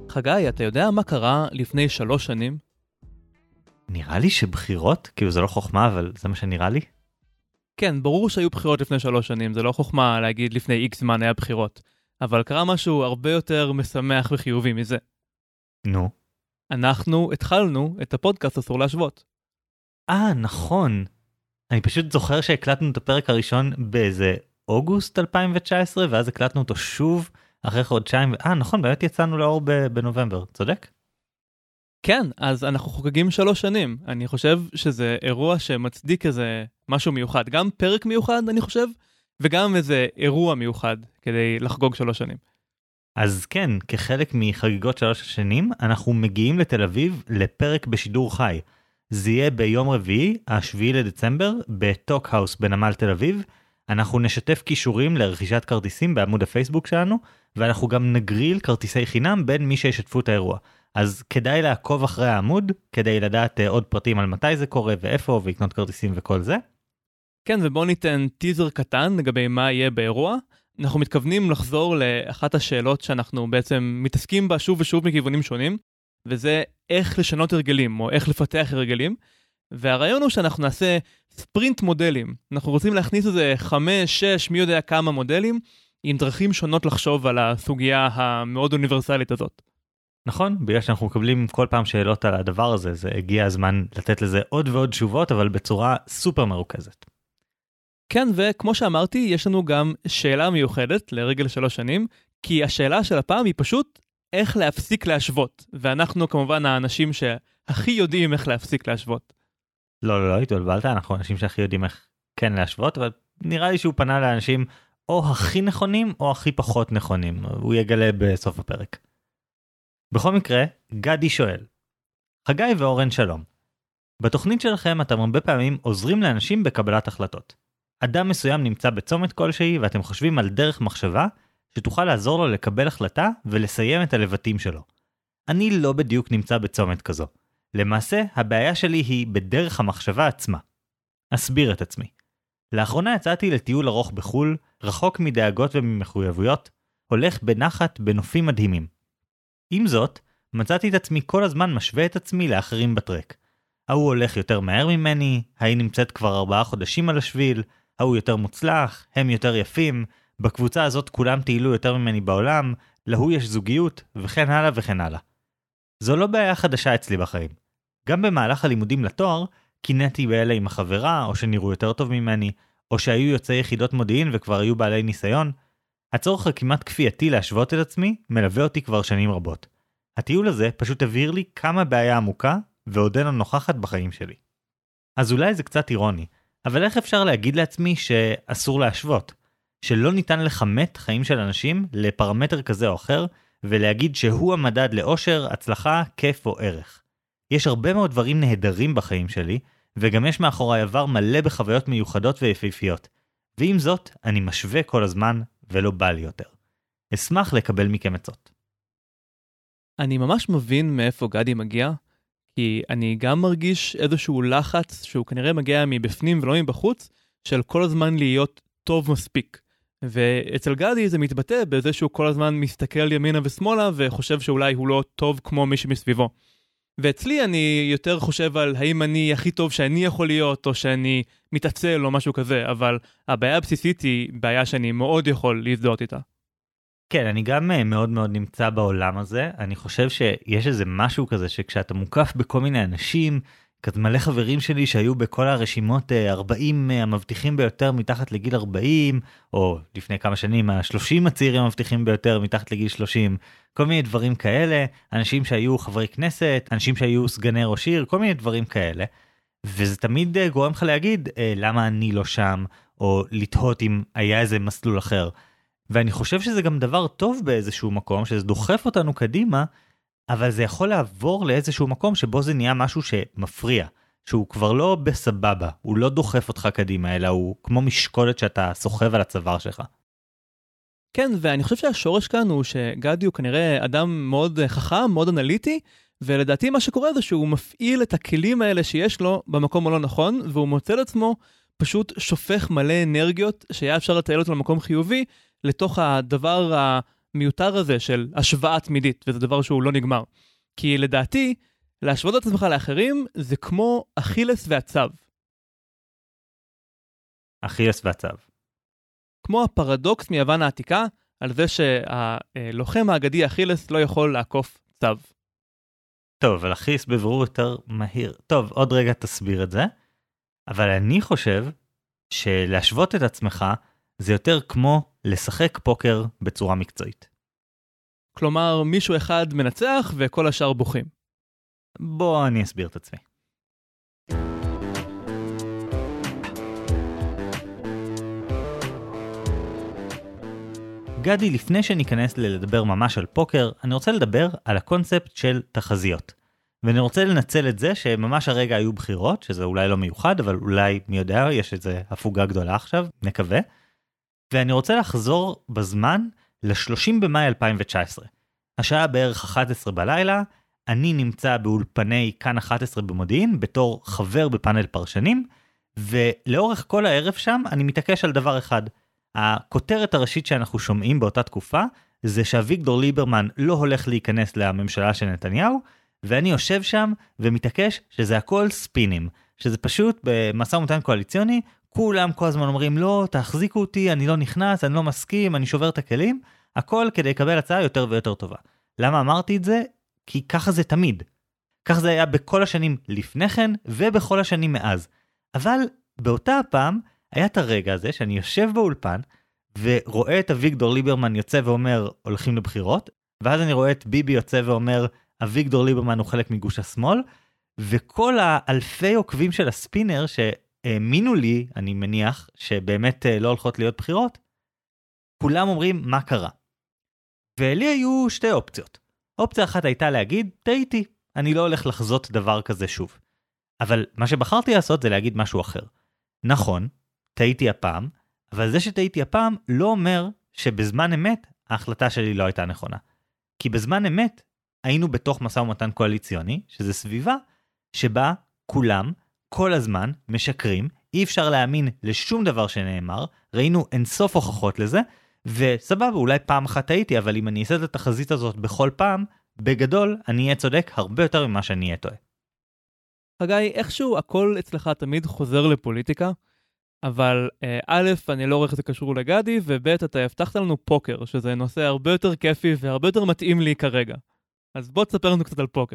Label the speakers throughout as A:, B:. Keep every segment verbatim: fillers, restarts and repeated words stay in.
A: חגי, אתה יודע מה קרה לפני שלוש שנים?
B: נראה לי שבחירות, כאילו זה לא חוכמה, אבל זה מה שנראה לי.
A: כן, ברור שהיו בחירות לפני שלוש שנים, זה לא חוכמה להגיד לפני איקס זמן היה בחירות. אבל קרה משהו הרבה יותר משמח וחיובי מזה.
B: נו.
A: אנחנו התחלנו את הפודקאסט אסור להשוות.
B: אה, נכון. אני פשוט זוכר שהקלטנו את הפרק הראשון באיזה אוגוסט אלפיים תשע עשרה, ואז הקלטנו אותו שוב אחרי חודשיים. אה, נכון, באמת יצאנו לאור בנובמבר, צודק?
A: כן, אז אנחנו חוגגים שלוש שנים. אני חושב שזה אירוע שמצדיק איזה משהו מיוחד. גם פרק מיוחד, אני חושב, וגם איזה אירוע מיוחד כדי לחגוג שלוש שנים.
B: אז כן, כחלק מחגיגות שלוש השנים, אנחנו מגיעים לתל אביב לפרק בשידור חי. זה יהיה ביום רביעי, השביעי לדצמבר, בטוק-האוס בנמל תל אביב. אנחנו נשתף קישורים לרכישת כרטיסים בעמוד הפייסבוק שלנו, ואנחנו גם נגריל כרטיסי חינם בין מי שישתפו את האירוע. אז כדאי לעקוב אחרי העמוד, כדי לדעת עוד פרטים על מתי זה קורה ואיפה, ולקנות כרטיסים וכל זה.
A: כן, ובואו ניתן טיזר קטן לגבי מה יהיה באירוע. אנחנו מתכוונים לחזור לאחת השאלות שאנחנו בעצם מתעסקים בה שוב ושוב מכיוונים שונים, וזה איך לשנות הרגלים, או איך לפתח הרגלים. והרעיון הוא שאנחנו נעשה ספרינט מודלים. אנחנו רוצים להכניס איזה חמש, שש, מי יודע כמה מודלים, עם דרכים שונות לחשוב על הסוגיה המאוד אוניברסלית הזאת.
B: נכון, בגלל שאנחנו מקבלים כל פעם שאלות על הדבר הזה, זה הגיע הזמן לתת לזה עוד ועוד תשובות, אבל בצורה סופר מרוכזת.
A: כן, וכמו שאמרתי, יש לנו גם שאלה מיוחדת לרגל שלוש שנים, כי השאלה של הפעם היא פשוט איך להפסיק להשוות, ואנחנו כמובן האנשים שהכי יודעים איך להפסיק להשוות.
B: לא, לא, לא, התבלבלת, אנחנו אנשים שהכי יודעים איך כן להשוות, אבל נראה לי שהוא פנה לאנשים או הכי נכונים או הכי פחות נכונים, הוא יגלה בסוף הפרק. בכל מקרה, גדי שואל, חגי ואורן שלום. בתוכנית שלכם אתם הרבה פעמים עוזרים לאנשים בקבלת החלטות. אדם מסוים נמצא בצומת כלשהי ואתם חושבים על דרך מחשבה שתוכל לעזור לו לקבל החלטה ולסיים את הלבטים שלו. אני לא בדיוק נמצא בצומת כזו. למעשה, הבעיה שלי היא בדרך המחשבה עצמה. אסביר את עצמי. לאחרונה יצאתי לטיול ארוך בחול, רחוק מדאגות וממחויבויות, הולך בנחת בנופים מדהימים. עם זאת, מצאתי את עצמי כל הזמן משווה את עצמי לאחרים בטרק. ההוא הולך יותר מהר ממני, ההיא נמצאת כבר ארבעה חודשים על השביל, ההוא יותר מוצלח, הם יותר יפים, בקבוצה הזאת כולם טיילו יותר ממני בעולם, להוא יש זוגיות, וכן הלאה וכן הלאה. זו לא בעיה חדשה אצלי בחיים. גם במהלך הלימודים לתואר, קינאתי באלה עם החברה, או שנראו יותר טוב ממני, או שהיו יוצאי יחידות מודיעין וכבר היו בעלי ניסיון. הצורך הכמעט כפייתי להשוות את עצמי מלווה אותי כבר שנים רבות. הטיול הזה פשוט הבהיר לי כמה בעיה עמוקה ועודנה נוכחת בחיים שלי. אז אולי זה קצת אירוני, אבל איך אפשר להגיד לעצמי שאסור להשוות? שלא ניתן לחמת חיים של אנשים לפרמטר כזה או אחר, ולהגיד שהוא המדד לאושר, הצלחה, כיף או ערך. יש הרבה מאוד דברים נהדרים בחיים שלי, וגם יש מאחורי עבר מלא בחוויות מיוחדות ויפיפיות. ועם זאת, אני משווה כל הזמן ולא בא לי יותר. אשמח לקבל מכם עצות.
A: אני ממש מבין מאיפה גדי מגיע, כי אני גם מרגיש איזשהו לחץ שהוא כנראה מגיע מבפנים ולא מבחוץ, של כל הזמן להיות טוב מספיק. ואצל גדי זה מתבטא בזה שהוא כל הזמן מסתכל ימינה ושמאלה, וחושב שאולי הוא לא טוב כמו מי שמסביבו. ואצלי אני יותר חושב על האם אני הכי טוב שאני יכול להיות, או שאני מתעצל או משהו כזה, אבל הבעיה הבסיסית היא בעיה שאני מאוד יכול להזדהות איתה.
B: כן, אני גם מאוד מאוד נמצא בעולם הזה. אני חושב שיש איזה משהו כזה שכשאתה מוקף בכל מיני אנשים, כזה מלא חברים שלי שהיו בכל הרשימות ארבעים המבטיחים ביותר מתחת לגיל ארבעים, או לפני כמה שנים ה-שלושים הצעירים המבטיחים ביותר מתחת לגיל שלושים, כל מיני דברים כאלה, אנשים שהיו חברי כנסת, אנשים שהיו סגני ראש עיר, כל מיני דברים כאלה, וזה תמיד גורם לך להגיד למה אני לא שם, או לתהות אם היה איזה מסלול אחר. ואני חושב שזה גם דבר טוב באיזשהו מקום, שזה דוחף אותנו קדימה, אבל זה יכול לעבור לאיזשהו מקום שבו זה נהיה משהו שמפריע, שהוא כבר לא בסבבה, הוא לא דוחף אותך קדימה, אלא הוא כמו משקולת שאתה סוחב על הצוואר שלך.
A: כן, ואני חושב שהשורש כאן הוא שגדי הוא כנראה אדם מאוד חכם, מאוד אנליטי, ולדעתי מה שקורה זה שהוא מפעיל את הכלים האלה שיש לו במקום הלא נכון, והוא מוצא לעצמו פשוט שופך מלא אנרגיות שהיה אפשר לטייל אותו למקום חיובי, לתוך הדבר המיותר הזה של השוואה תמידית, וזה דבר שהוא לא נגמר. כי לדעתי, להשוות את עצמך לאחרים זה כמו אכילס והצב.
B: אכילס והצב.
A: כמו הפרדוקס מיוון העתיקה, על זה שהלוחם האגדי אכילס לא יכול לעקוף צב.
B: טוב, אבל אכילס בבירור יותר מהיר. טוב, עוד רגע תסביר את זה. אבל אני חושב שלהשוות את עצמך זה יותר כמו לשחק פוקר בצורה מקצועית.
A: כלומר, מישהו אחד מנצח וכל השאר בוכים.
B: בוא אני אסביר את עצמי. גדי, לפני שניכנס לדבר ממש על פוקר, אני רוצה לדבר על הקונספט של תחזיות. ואני רוצה לנצל את זה שממש הרגע היו בחירות, שזה אולי לא מיוחד, אבל אולי, מי יודע, יש איזו הפוגה גדולה עכשיו, נקווה. ואני רוצה לחזור בזמן ל-שלושים במאי אלפיים תשע עשרה. השעה בערך אחת עשרה בלילה, אני נמצא באולפני כאן אחת עשרה במודיעין, בתור חבר בפאנל פרשנים, ולאורך כל הערב שם אני מתעקש על דבר אחד. הכותרת הראשית שאנחנו שומעים באותה תקופה, זה שאביגדור ליברמן לא הולך להיכנס לממשלה של נתניהו, ואני יושב שם ומתעקש שזה הכל ספינים, שזה פשוט במשא ומתן קואליציוני, כולם כל הזמן אומרים לא, תחזיקו אותי, אני לא נכנס, אני לא מסכים, אני שובר את הכלים, הכל כדי לקבל הצעה יותר ויותר טובה. למה אמרתי את זה? כי ככה זה תמיד. כך זה היה בכל השנים לפני כן ובכל השנים מאז. אבל באותה הפעם היה את הרגע הזה שאני יושב באולפן ורואה את אביגדור ליברמן יוצא ואומר הולכים לבחירות, ואז אני רואה את ביבי יוצא ואומר אביגדור ליברמן הוא חלק מגוש השמאל, וכל האלפי עוקבים של הספינר שהאמינו לי, אני מניח, שבאמת לא הולכות להיות בחירות, כולם אומרים מה קרה. ולי היו שתי אופציות. אופציה אחת הייתה להגיד, טעיתי, אני לא הולך לחזות דבר כזה שוב. אבל מה שבחרתי לעשות זה להגיד משהו אחר. נכון, טעיתי הפעם, אבל זה שטעיתי הפעם לא אומר שבזמן אמת ההחלטה שלי לא הייתה נכונה. כי בזמן אמת היינו בתוך משא ומתן קואליציוני, שזה סביבה שבה כולם כל הזמן משקרים, אי אפשר להאמין לשום דבר שנאמר, ראינו אינסוף הוכחות לזה, וסבבה, אולי פעם אחת טעיתי, אבל אם אני אעשה את התחזית הזאת בכל פעם, בגדול אני אהיה צודק הרבה יותר ממה שאני אהיה טועה.
A: חגי, איכשהו הכל אצלך תמיד חוזר לפוליטיקה, אבל א', אני לא רואה איך זה קשור לגדי, וב', אתה הבטחת לנו פוקר, שזה נושא הרבה יותר כיפי והרבה יותר מתאים לי כרגע. אז בוא תספר לנו קצת על פוקר.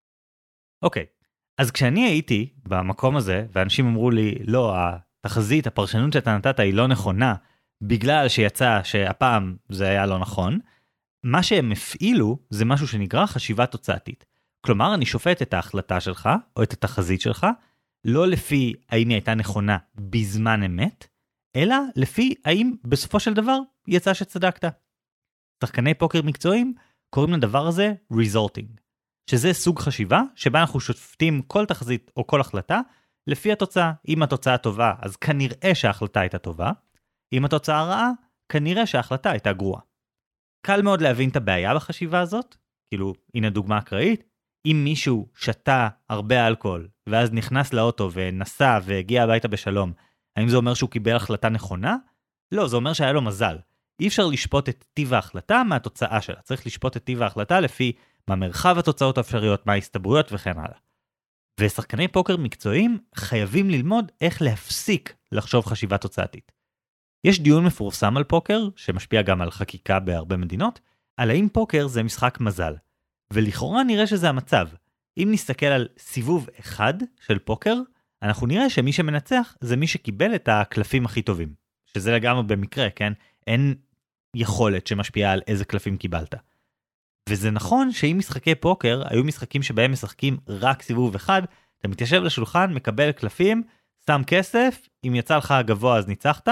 B: אוקיי, אז כשאני הייתי במקום הזה, ואנשים אמרו לי, לא, התחזית, הפרשנות שאתה נתת היא לא נכונה, בגלל שיצא שהפעם זה היה לא נכון, מה שהם הפעילו זה משהו שנקרא חשיבה תוצאתית. כלומר, אני שופט את ההחלטה שלך, או את התחזית שלך, לא לפי האם היא הייתה נכונה בזמן אמת, אלא לפי האם בסופו של דבר יצא שצדקת. שחקני פוקר מקצועיים קוראים לדבר הזה resulting, שזה סוג חשיבה שבה אנחנו שופטים כל תחזית או כל החלטה לפי התוצאה. אם התוצאה טובה, אז כנראה שההחלטה הייתה טובה, אם התוצאה רעה, כנראה שההחלטה הייתה גרועה. קל מאוד להבין את הבעיה בחשיבה הזאת, כאילו, הנה דוגמה אקראית, אם מישהו שתה הרבה אלכוהול, ואז נכנס לאוטו ונסע והגיע הביתה בשלום, האם זה אומר שהוא קיבל החלטה נכונה? לא, זה אומר שהיה לו מזל. אי אפשר לשפוט את טיב ההחלטה מהתוצאה שלה. צריך לשפוט את טיב ההחלטה לפי מה מרחב התוצאות האפשריות, מה ההסתברויות וכן הלאה. ושחקני פוקר מקצועיים חייבים ללמוד איך להפסיק לחשוב חשיבה תוצאתית. יש דיון מפורסם על פוקר, שמשפיע גם על חקיקה בהרבה מדינות, על האם פוקר זה משחק מזל. ולכאורה נראה שזה המצב. אם נסתכל על סיבוב אחד של פוקר, אנחנו נראה שמי שמנצח זה מי שקיבל את הקלפים הכי טובים. שזה לגמרי במקרה, כן? אין יכולת שמשפיעה על איזה קלפים קיבלת. וזה נכון שאם משחקי פוקר היו משחקים שבהם משחקים רק סיבוב אחד, אתה מתיישב לשולחן, מקבל קלפים, שם כסף, אם יצא לך גבוה אז ניצחת,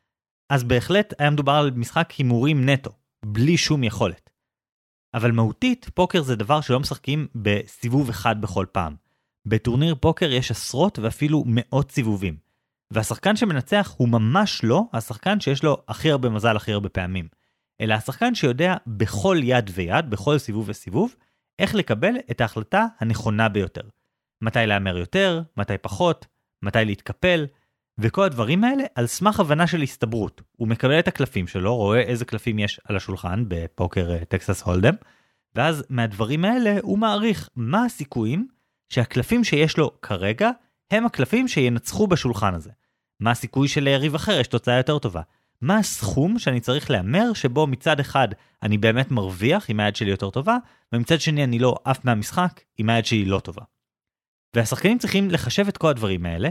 B: אז בהחלט היה מדובר על משחק הימורים נטו, בלי שום יכולת. אבל מהותית, פוקר זה דבר שלא משחקים בסיבוב אחד בכל פעם. בטורניר פוקר יש עשרות ואפילו מאות סיבובים. והשחקן שמנצח הוא ממש לא השחקן שיש לו הכי הרבה מזל הכי הרבה פעמים. אלא השחקן שיודע בכל יד ויד, בכל סיבוב וסיבוב, איך לקבל את ההחלטה הנכונה ביותר. מתי לאמר יותר, מתי פחות, מתי להתקפל, וכל הדברים האלה על סמך הבנה של הסתברות. הוא מקבל את הקלפים שלו, רואה איזה קלפים יש על השולחן בפוקר טקסס הולדם, ואז מהדברים האלה הוא מעריך מה הסיכויים שהקלפים שיש לו כרגע הם הקלפים שינצחו בשולחן הזה. מה הסיכוי שליריב אחר יש תוצאה יותר טובה. מה הסכום שאני צריך לאמר שבו מצד אחד אני באמת מרוויח אם היד שלי יותר טובה, ומצד שני אני לא עף מהמשחק אם היד שלי לא טובה. והשחקנים צריכים לחשב את כל הדברים האלה,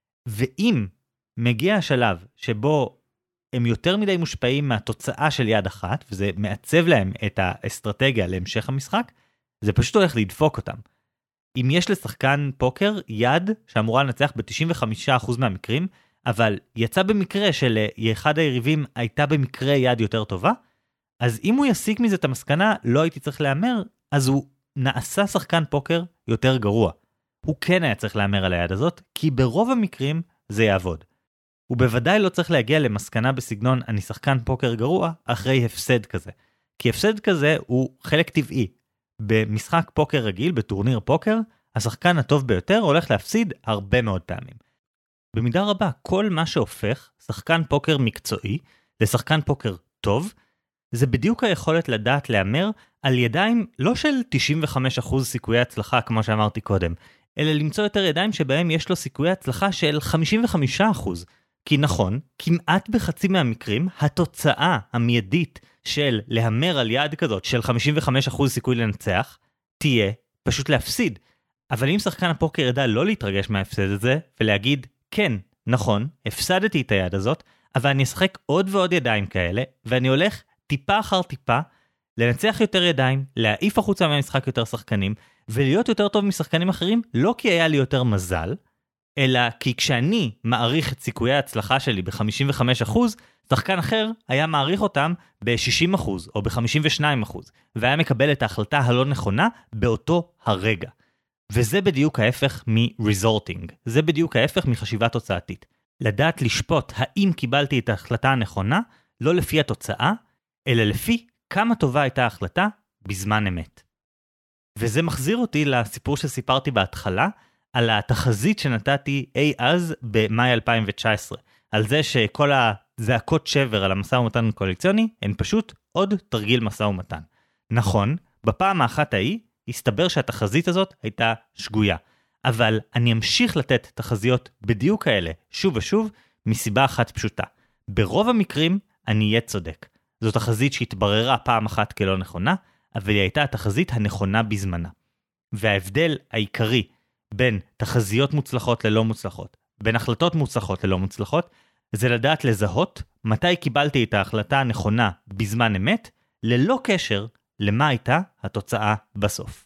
B: ואם מגיע השלב שבו הם יותר מדי מושפעים מהתוצאה של יד אחת, וזה מעצב להם את האסטרטגיה להמשך המשחק, זה פשוט הולך לדפוק אותם. אם יש לשחקן פוקר יד שאמורה לנצח ב-תשעים וחמישה אחוז מהמקרים, אבל יצא במקרה שלאחד היריבים הייתה במקרה יד יותר טובה, אז אם הוא יסיק מזה את המסקנה, לא הייתי צריך לאמר, אז הוא נעשה שחקן פוקר יותר גרוע. הוא כן היה צריך לאמר על היד הזאת, כי ברוב המקרים זה יעבוד. הוא בוודאי לא צריך להגיע למסקנה בסגנון אני שחקן פוקר גרוע אחרי הפסד כזה. כי הפסד כזה הוא חלק טבעי. במשחק פוקר רגיל, בטורניר פוקר, השחקן הטוב ביותר הולך להפסיד הרבה מאוד פעמים. במידה רבה, כל מה שהופך שחקן פוקר מקצועי לשחקן פוקר טוב, זה בדיוק היכולת לדעת לאמר על ידיים לא של תשעים וחמישה אחוז סיכויי הצלחה כמו שאמרתי קודם, אלא למצוא יותר ידיים שבהם יש לו סיכויי הצלחה של חמישים וחמישה אחוז. כי נכון, כמעט בחצי מהמקרים, התוצאה המיידית של להמר על יד כזאת של חמישים וחמישה אחוז סיכוי לנצח, תהיה פשוט להפסיד. אבל אם שחקן הפוקר ידע לא להתרגש מההפסד הזה, ולהגיד, כן, נכון, הפסדתי את היד הזאת, אבל אני אשחק עוד ועוד ידיים כאלה, ואני הולך טיפה אחר טיפה, לנצח יותר ידיים, להעיף החוצה מהמשחק יותר שחקנים, ולהיות יותר טוב משחקנים אחרים, לא כי היה לי יותר מזל, אלא כי כשאני מעריך את סיכויי ההצלחה שלי ב-חמישים וחמישה אחוז, שחקן אחר היה מעריך אותם ב-שישים אחוז או ב-חמישים ושניים אחוז, והיה מקבל את ההחלטה הלא נכונה באותו הרגע. וזה בדיוק ההפך מ-resorting, זה בדיוק ההפך מחשיבה תוצאתית. לדעת לשפוט האם קיבלתי את ההחלטה הנכונה, לא לפי התוצאה, אלא לפי כמה טובה הייתה ההחלטה בזמן אמת. וזה מחזיר אותי לסיפור שסיפרתי בהתחלה, על התחזית שנתתי אי אז במאי אלפיים תשע עשרה, על זה שכל הזעקות שבר על המשא ומתן הקואליציוני, הן פשוט עוד תרגיל משא ומתן. נכון, בפעם האחת ההיא, הסתבר שהתחזית הזאת הייתה שגויה, אבל אני אמשיך לתת תחזיות בדיוק כאלה, שוב ושוב, מסיבה אחת פשוטה. ברוב המקרים אני אהיה צודק. זו תחזית שהתבררה פעם אחת כלא נכונה, אבל היא הייתה התחזית הנכונה בזמנה. וההבדל העיקרי בין תחזיות מוצלחות ללא מוצלחות, בין החלטות מוצלחות ללא מוצלחות, זה לדעת לזהות מתי קיבלתי את ההחלטה הנכונה בזמן אמת, ללא קשר למה הייתה התוצאה בסוף.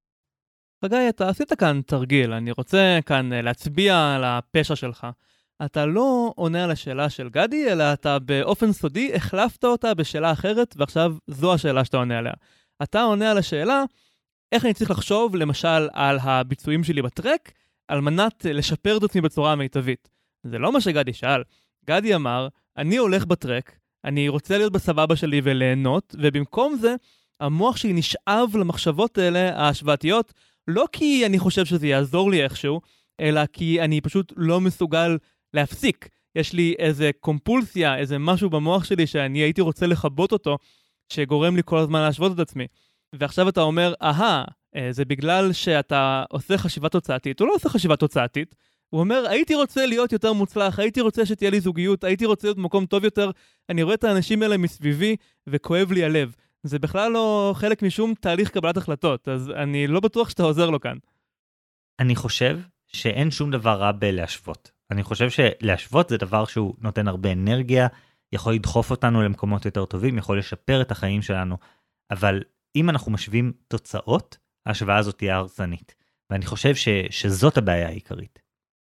A: חגי, אתה עשית כאן תרגיל, אני רוצה כאן להצביע על הפשע שלך. אתה לא עונה על השאלה של גדי, אלא אתה באופן סודי החלפת אותה בשאלה אחרת, ועכשיו זו השאלה שאתה עונה עליה. אתה עונה על השאלה, איך אני צריך לחשוב למשל על הביצועים שלי בטרק, על מנת לשפר את עצמי בצורה המיטבית. זה לא מה שגדי שאל. גדי אמר, אני הולך בטרק, אני רוצה להיות בסבבה שלי וליהנות, ובמקום זה, המוח שלי נשאב למחשבות האלה, ההשוואתיות, לא כי אני חושב שזה יעזור לי איכשהו, אלא כי אני פשוט לא מסוגל להפסיק. יש לי איזה קומפולסיה, איזה משהו במוח שלי שאני הייתי רוצה לחבות אותו, שגורם לי כל הזמן להשוות את עצמי. ועכשיו אתה אומר, אהה, זה בגלל שאתה עושה חשיבה תוצאתית. הוא לא עושה חשיבה תוצאתית. הוא אומר, הייתי רוצה להיות יותר מוצלח, הייתי רוצה שתהיה לי זוגיות, הייתי רוצה להיות במקום טוב יותר. אני רואה את האנשים האלה מסביבי וכואב לי הלב. זה בכלל לא חלק משום תהליך קבלת החלטות, אז אני לא בטוח שאתה עוזר לו כאן.
B: אני חושב שאין שום דבר רע בלהשוות. אני חושב שלהשוות זה דבר שהוא נותן הרבה אנרגיה, יכול לדחוף אותנו למקומות יותר טובים, יכול לשפר את החיים שלנו, אבל אם אנחנו משווים תוצאות, ההשוואה הזאת תהיה הרסנית. ואני חושב ש, שזאת הבעיה העיקרית.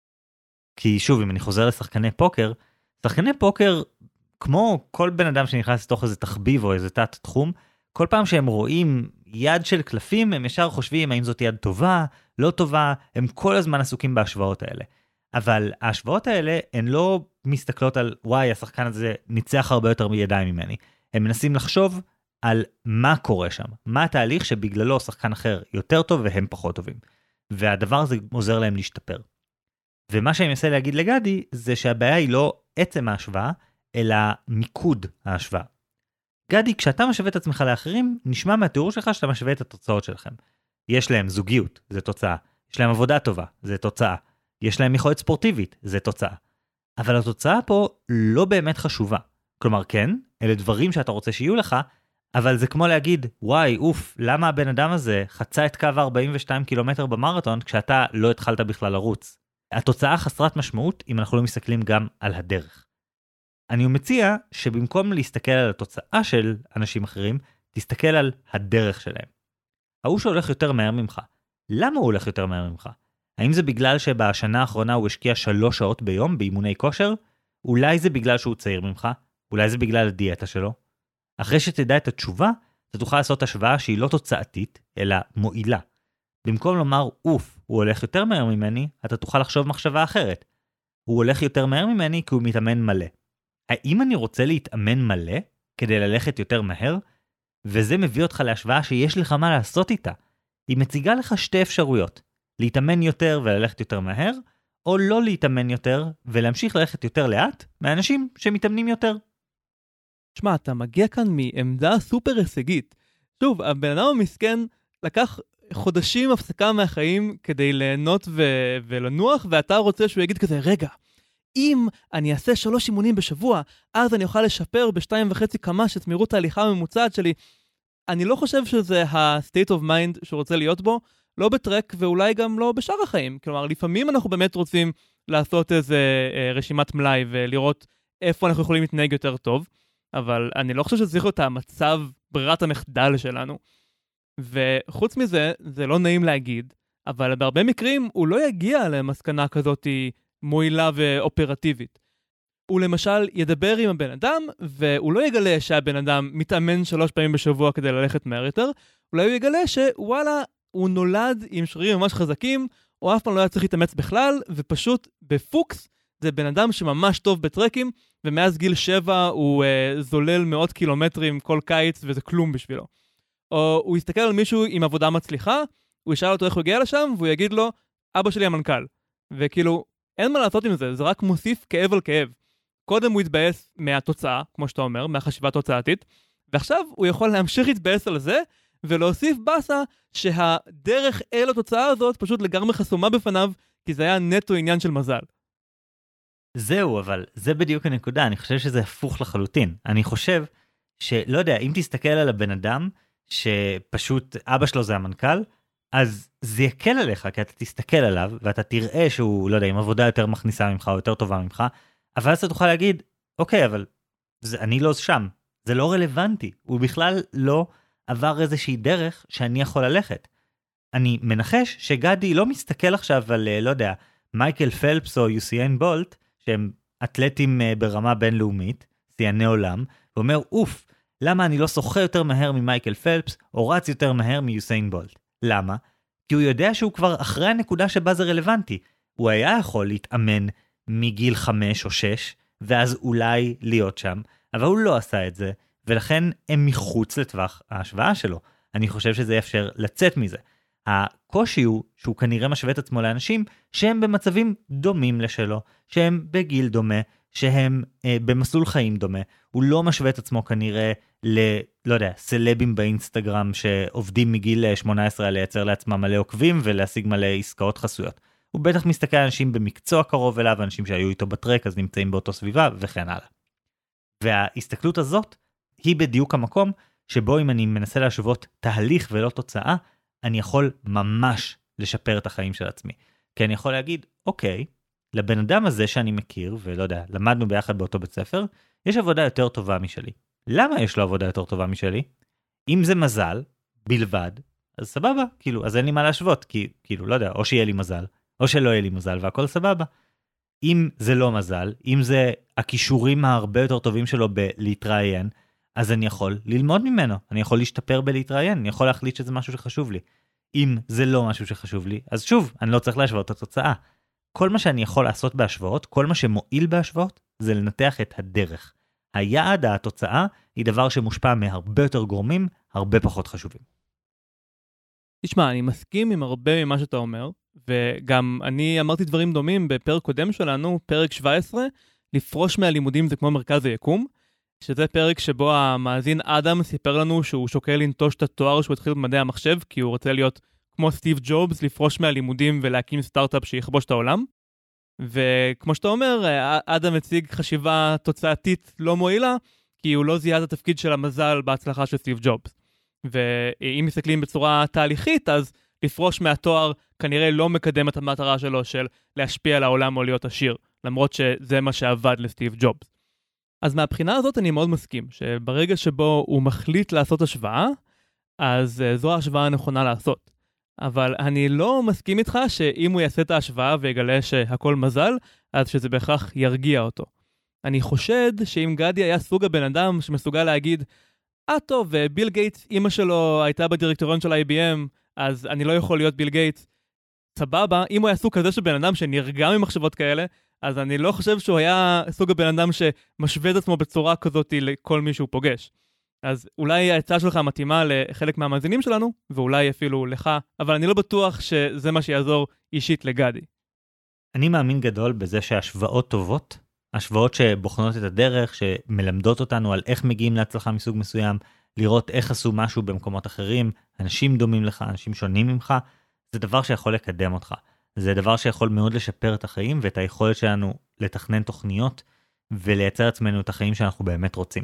B: כי שוב, אם אני חוזר לשחקני פוקר, שחקני פוקר, כמו כל בן אדם שנכנס לתוך איזה תחביב או איזה תת תחום, כל פעם שהם רואים יד של קלפים, הם ישר חושבים האם זאת יד טובה, לא טובה, הם כל הזמן עסוקים בהשוואות האלה. אבל ההשוואות האלה הן לא מסתכלות על, וואי, השחקן הזה ניצח הרבה יותר מידיים ממני. הם מנסים לחשוב על מה קורה שם, מה התהליך שבגללו שחקן אחר יותר טוב והם פחות טובים. והדבר הזה עוזר להם להשתפר. ומה שאני מנסה להגיד לגדי, זה שהבעיה היא לא עצם ההשוואה, אלא מיקוד ההשוואה. גדי, כשאתה משווה את עצמך לאחרים, נשמע מהתיאור שלך שאתה משווה את התוצאות שלכם. יש להם זוגיות, זה תוצאה. יש להם עבודה טובה, זה תוצאה. יש להם יכולת ספורטיבית, זה תוצאה. אבל התוצאה פה לא באמת חשובה. כלומר, כן, אלה דברים שאתה רוצה שיהיו לך, אבל זה כמו להגיד, וואי, אוף, למה הבן אדם הזה חצה את קו ארבעים ושתיים קילומטר במרתון כשאתה לא התחלת בכלל לרוץ? התוצאה חסרת משמעות אם אנחנו לא מסתכלים גם על הדרך. אני מציע שבמקום להסתכל על התוצאה של אנשים אחרים, תסתכל על הדרך שלהם. ההוא שהולך יותר מהר ממך. למה הוא הולך יותר מהר ממך? האם זה בגלל שבשנה האחרונה הוא השקיע שלוש שעות ביום באימוני כושר? אולי זה בגלל שהוא צעיר ממך? אולי זה בגלל הדיאטה שלו? אחרי שתדע את התשובה, אתה תוכל לעשות השוואה שהיא לא תוצאתית, אלא מועילה. במקום לומר, אוף, הוא הולך יותר מהר ממני, אתה תוכל לחשוב מחשבה אחרת. הוא הולך יותר מהר ממני כי הוא מתאמן מלא. האם אני רוצה להתאמן מלא כדי ללכת יותר מהר? וזה מביא אותך להשוואה שיש לך מה לעשות איתה. היא מציגה לך שתי אפשרויות. להתאמן יותר וללכת יותר מהר, או לא להתאמן יותר ולהמשיך ללכת יותר לאט מאנשים שמתאמנים יותר.
A: תשמע, אתה מגיע כאן מעמדה סופר הישגית. שוב, הבן אדם המסכן לקח חודשים הפסקה מהחיים כדי ליהנות ו- ולנוח, ואתה רוצה שהוא יגיד כזה, רגע, אם אני אעשה שלוש אימונים בשבוע, אז אני אוכל לשפר בשתיים וחצי קמ"ש את מהירות ההליכה הממוצעת שלי. אני לא חושב שזה ה-state of mind שהוא רוצה להיות בו, לא בטרק ואולי גם לא בשאר החיים. כלומר, לפעמים אנחנו באמת רוצים לעשות איזה אה, רשימת מלאי ולראות איפה אנחנו יכולים להתנהג יותר טוב, אבל אני לא חושב שזה צריך להיות המצב ברירת המחדל שלנו. וחוץ מזה, זה לא נעים להגיד, אבל בהרבה מקרים הוא לא יגיע למסקנה כזאת מועילה ואופרטיבית. הוא למשל ידבר עם הבן אדם, והוא לא יגלה שהבן אדם מתאמן שלוש פעמים בשבוע כדי ללכת מהר יותר, אולי הוא יגלה שוואלה, הוא נולד עם שרירים ממש חזקים, או אף פעם לא היה צריך להתאמץ בכלל, ופשוט בפוקס, זה בן אדם שממש טוב בטרקים, ומאז גיל שבע הוא uh, זולל מאות קילומטרים כל קיץ, וזה כלום בשבילו. או הוא יסתכל על מישהו עם עבודה מצליחה, הוא ישאל אותו איך הוא הגיע לשם, והוא יגיד לו, אבא שלי המנכ"ל. וכאילו, אין מה לעשות עם זה, זה רק מוסיף כאב על כאב. קודם הוא יתבאס מהתוצאה, כמו שאתה אומר, מהחשיבה תוצאתית, ועכשיו הוא יכול להמשיך להתבאס על זה, ולהוסיף בסה שהדרך אל התוצאה הזאת פשוט לגמרי חסומה בפניו, כי זה היה נטו עניין של מזל.
B: זהו, אבל זה בדיוק הנקודה, אני חושב שזה הפוך לחלוטין. אני חושב שלא יודע, אם תסתכל על הבן אדם, שפשוט אבא שלו זה המנכ"ל, אז זה יקל עליך, כי אתה תסתכל עליו, ואתה תראה שהוא, לא יודע, עם עבודה יותר מכניסה ממך, או יותר טובה ממך, אבל אז אתה תוכל להגיד, אוקיי, אבל זה, אני לא שם, זה לא רלוונטי, הוא בכלל לא עבר איזושהי דרך שאני יכול ללכת. אני מנחש שגדי לא מסתכל עכשיו על, לא יודע, מייקל פלפס או יוסיין בולט, שהם אתלטים ברמה בינלאומית, שיאני עולם, ואומר, אוף, למה אני לא שוחה יותר מהר ממייקל פלפס, או רץ יותר מהר מיוסיין בולט? למה? כי הוא יודע שהוא כבר אחרי הנקודה שבה זה רלוונטי. הוא היה יכול להתאמן מגיל חמש או שש, ואז אולי להיות שם, אבל הוא לא עשה את זה, ולכן הם מחוץ לטווח ההשוואה שלו. אני חושב שזה יאפשר לצאת מזה. הקושי הוא שהוא כנראה משווה את עצמו לאנשים שהם במצבים דומים לשלו, שהם בגיל דומה, שהם אה, במסלול חיים דומה. הוא לא משווה את עצמו כנראה ל, לא יודע, סלבים באינסטגרם שעובדים מגיל שמונה עשרה לייצר לעצמם מלא עוקבים ולהשיג מלא עסקאות חסויות. הוא בטח מסתכל על אנשים במקצוע קרוב אליו, אנשים שהיו איתו בטרק אז נמצאים באותו סביבה וכן הלאה. וההסתכלות הזאת היא בדיוק המקום שבו אם אני מנסה להשוות תהליך ולא תוצאה, אני יכול ממש לשפר את החיים של עצמי. כי אני יכול להגיד, אוקיי, לבן אדם הזה שאני מכיר, ולא יודע, למדנו ביחד באותו בית ספר, יש עבודה יותר טובה משלי. למה יש לו עבודה יותר טובה משלי? אם זה מזל, בלבד, אז סבבה, כאילו, אז אין לי מה להשוות, כי, כאילו, לא יודע, או שיהיה לי מזל, או שלא יהיה לי מזל, והכל סבבה. אם זה לא מזל, אם זה הכישורים הרבה יותר טובים שלו בלהתראיין, אז אני יכול ללמוד ממנו, אני יכול להשתפר בלהתראיין, אני יכול להחליט שזה משהו שחשוב לי. אם זה לא משהו שחשוב לי, אז שוב, אני לא צריך להשוות את התוצאה. כל מה שאני יכול לעשות בהשוואות, כל מה שמועיל בהשוואות, זה לנתח את הדרך. היעד, התוצאה, היא דבר שמושפע מהרבה יותר גורמים, הרבה פחות חשובים.
A: תשמע, אני מסכים עם הרבה ממה שאתה אומר, וגם אני אמרתי דברים דומים בפרק קודם שלנו, פרק שבע עשרה, לפרוש מהלימודים זה כמו מרכז היקום, שזה פרק שבו המאזין אדם סיפר לנו שהוא שוקל לנטוש את התואר שהוא התחיל במדעי המחשב, כי הוא רוצה להיות כמו סטיב ג'ובס, לפרוש מהלימודים ולהקים סטארט-אפ שיכבוש את העולם. וכמו שאתה אומר, אדם הציג חשיבה תוצאתית לא מועילה, כי הוא לא זיהה את התפקיד של המזל בהצלחה של סטיב ג'ובס. ואם מסתכלים בצורה תהליכית, אז לפרוש מהתואר כנראה לא מקדם את המטרה שלו של להשפיע על העולם או להיות עשיר, למרות שזה מה שעבד לסטיב ג'ובס. אז מהבחינה הזאת אני מאוד מסכים, שברגע שבו הוא מחליט לעשות השוואה, אז זו ההשוואה הנכונה לעשות. אבל אני לא מסכים איתך שאם הוא יעשה את ההשוואה ויגלה שהכל מזל, אז שזה בהכרח ירגיע אותו. אני חושד שאם גדי היה סוג הבן אדם שמסוגל להגיד, אה טוב, ביל גייטס, אמא שלו הייתה בדירקטוריון של איי בי אם, אז אני לא יכול להיות ביל גייטס. סבבה, אם הוא היה סוג כזה של בן אדם שנרגע ממחשבות כאלה, אז אני לא חושב שהוא היה סוג הבן אדם שמשווה את עצמו בצורה כזאת לכל מי שהוא פוגש. אז אולי ההצעה שלך מתאימה לחלק מהמאזינים שלנו, ואולי אפילו לך, אבל אני לא בטוח שזה מה שיעזור אישית לגדי.
B: אני מאמין גדול בזה שהשוואות טובות, השוואות שבוחנות את הדרך, שמלמדות אותנו על איך מגיעים להצלחה מסוג מסוים, לראות איך עשו משהו במקומות אחרים, אנשים דומים לך, אנשים שונים ממך, זה דבר שיכול לקדם אותך. זה דבר שיכול מאוד לשפר את החיים ואת היכולת שלנו לתכנן תוכניות ולייצר עצמנו את החיים שאנחנו באמת רוצים.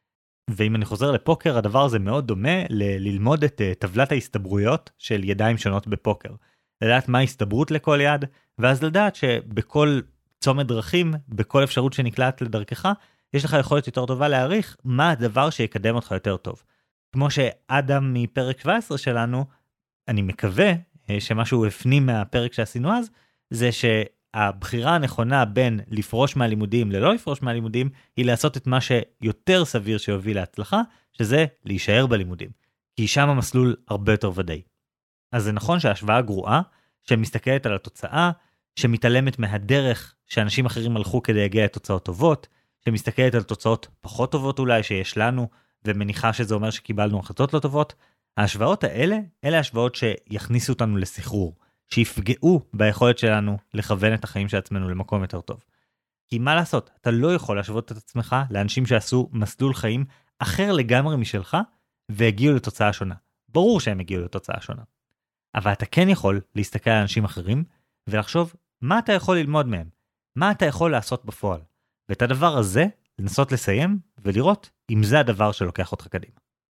B: ואם אני חוזר לפוקר, הדבר הזה מאוד דומה ל- ללמוד את uh, טבלת ההסתברויות של ידיים שונות בפוקר. לדעת מה ההסתברות לכל יד, ואז לדעת שבכל צומת דרכים, בכל אפשרות שנקלעת לדרכך, יש לך יכולת יותר טובה להעריך מה הדבר שיקדם אותך יותר טוב. כמו שאדם מפרק שבע עשרה שלנו, אני מקווה שמה שהוא הפנים מהפרק שעשינו אז, זה שהבחירה הנכונה בין לפרוש מהלימודים ללא לפרוש מהלימודים, היא לעשות את מה שיותר סביר שיוביל להצלחה, שזה להישאר בלימודים. כי שם המסלול הרבה יותר ודאי. אז זה נכון שההשוואה גרועה, שמסתכלת על התוצאה, שמתעלמת מהדרך שאנשים אחרים הלכו כדי להגיע לתוצאות טובות, שמסתכלת על תוצאות פחות טובות אולי שיש לנו, ומניחה שזה אומר שקיבלנו החלטות לא טובות. ההשוואות האלה, אלה השוואות שיכניסו אותנו לסחרור, שיפגעו ביכולת שלנו לכוון את החיים של עצמנו למקום יותר טוב. כי מה לעשות? אתה לא יכול להשוות את עצמך לאנשים שעשו מסלול חיים אחר לגמרי משלך, והגיעו לתוצאה שונה. ברור שהם הגיעו לתוצאה שונה. אבל אתה כן יכול להסתכל על אנשים אחרים, ולחשוב מה אתה יכול ללמוד מהם, מה אתה יכול לעשות בפועל. ואת הדבר הזה, לנסות לסיים, ולראות אם זה הדבר שלוקח אותך קדימה.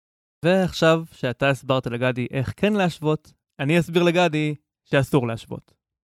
A: ועכשיו שאתה הסברת לגדי איך כן להשוות, אני אסביר לגדי שאסור להשוות.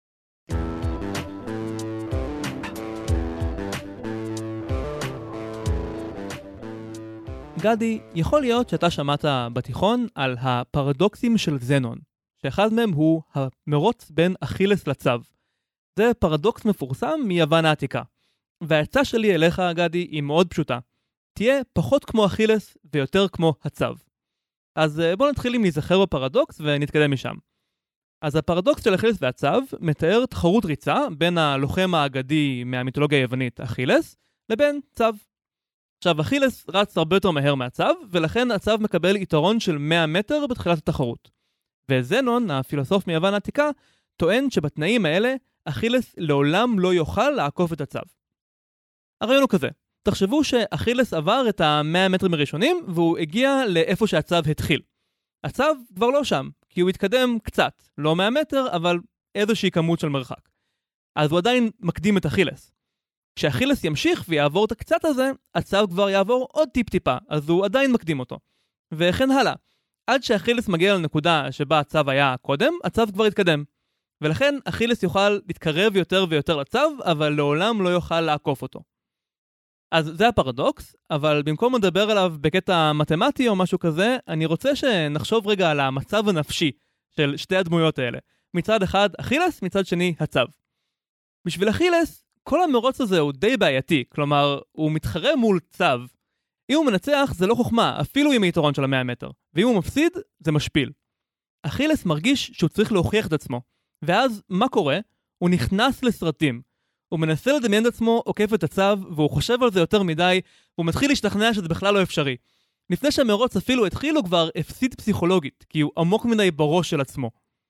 A: גדי, יכול להיות שאתה שמעת בתיכון על הפרדוקסים של זנון, שאחד מהם הוא המרוץ בין אכילס לצב. זה פרדוקס מפורסם מיוון העתיקה. והעצה שלי אליך, גדי, היא מאוד פשוטה. תהיה פחות כמו אכילס ויותר כמו הצב. אז בואו נתחיל עם להיזכר בפרדוקס ונתקדם משם. אז הפרדוקס של אכילס והצב מתאר תחרות ריצה בין הלוחם האגדי מהמיתולוגיה היוונית אכילס לבין צב. עכשיו אכילס רץ הרבה יותר מהר מהצב, ולכן הצב מקבל יתרון של מאה מטר בתחילת התחרות. וזנון, הפילוסוף מיוון העתיקה, טוען שבתנאים האלה אכילס לעולם לא יוכל לעקוף את הצב. הרעיון הוא כזה. תחשבו שאכילס עבר את המאה מטרים הראשונים, והוא הגיע לאיפה שהצב התחיל. הצב כבר לא שם, כי הוא התקדם קצת, לא מאה מטר, אבל איזושהי כמות של מרחק. אז הוא עדיין מקדים את אכילס. כשאכילס ימשיך ויעבור את הקצת הזה, הצב כבר יעבור עוד טיפ-טיפה, אז הוא עדיין מקדים אותו. וכן הלאה. עד שאכילס מגיע לנקודה שבה הצב היה קודם, הצב כבר התקדם. ולכן אכילס יוכל להתקרב יותר ויותר לצב, אבל לעולם לא יוכל לעקוף אותו. אז זה הפרדוקס, אבל במקום לדבר עליו בקטע מתמטי או משהו כזה, אני רוצה שנחשוב רגע על המצב הנפשי של שתי הדמויות האלה. מצד אחד אכילס, מצד שני הצב. בשביל אכילס, כל המרוץ הזה הוא די בעייתי, כלומר, הוא מתחרה מול צב. אם הוא מנצח, זה לא חוכמה, אפילו עם היתרון של המאה מטר. ואם הוא מפסיד, זה משפיל. אכילס מרגיש שהוא צריך להוכיח את עצמו. ואז, מה קורה? הוא נכנס לסרטים. הוא מנסה לדמיין את עצמו, עוקף את הצב, והוא חושב על זה יותר מדי, והוא מתחיל להשתכנע שזה בכלל לא אפשרי. לפני שהמרוץ אפילו התחילו כבר הפסיד פסיכולוגית, כי הוא עמוק מדי בראש של עצמו.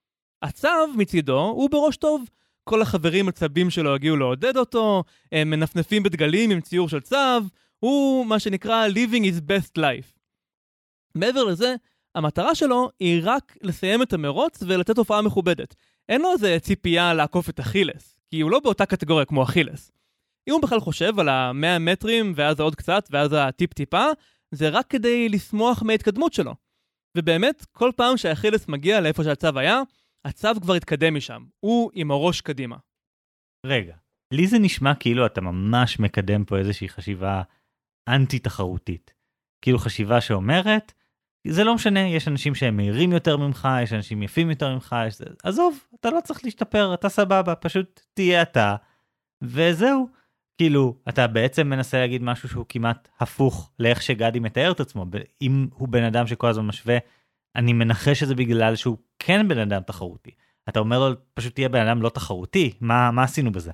A: הצב מצידו הוא בראש טוב. כל החברים הצבים שלו הגיעו לעודד אותו, הם מנפנפים בדגלים עם ציור של צב, הוא מה שנקרא living his best life. מעבר לזה, המטרה שלו היא רק לסיים את המרוץ ולתת הופעה מכובדת. אין לו איזה ציפייה לעקוף את אכילס, כי הוא לא באותה קטגוריה כמו אכילס. אם הוא בכלל חושב על ה-מאה מטרים ואז עוד קצת ואז הטיפ-טיפה, זה רק כדי לשמוח מההתקדמות שלו. ובאמת, כל פעם שהאכילס מגיע לאיפה שהצב היה, הצב כבר התקדם משם. הוא עם הראש קדימה.
B: רגע, לי זה נשמע כאילו אתה ממש מקדם פה איזושהי חשיבה אנטי-תחרותית. כאילו חשיבה שאומרת, זה לא משנה, יש אנשים שהם מהירים יותר ממך, יש אנשים יפים יותר ממך, יש... עזוב, אתה לא צריך להשתפר, אתה סבבה, פשוט תהיה אתה, וזהו. כאילו, אתה בעצם מנסה להגיד משהו שהוא כמעט הפוך לאיך שגדי מתאר את עצמו. אם הוא בן אדם שכל הזמן משווה, אני מנחש שזה בגלל שהוא כן בן אדם תחרותי. אתה אומר לו, פשוט תהיה בן אדם לא תחרותי. מה, מה עשינו בזה?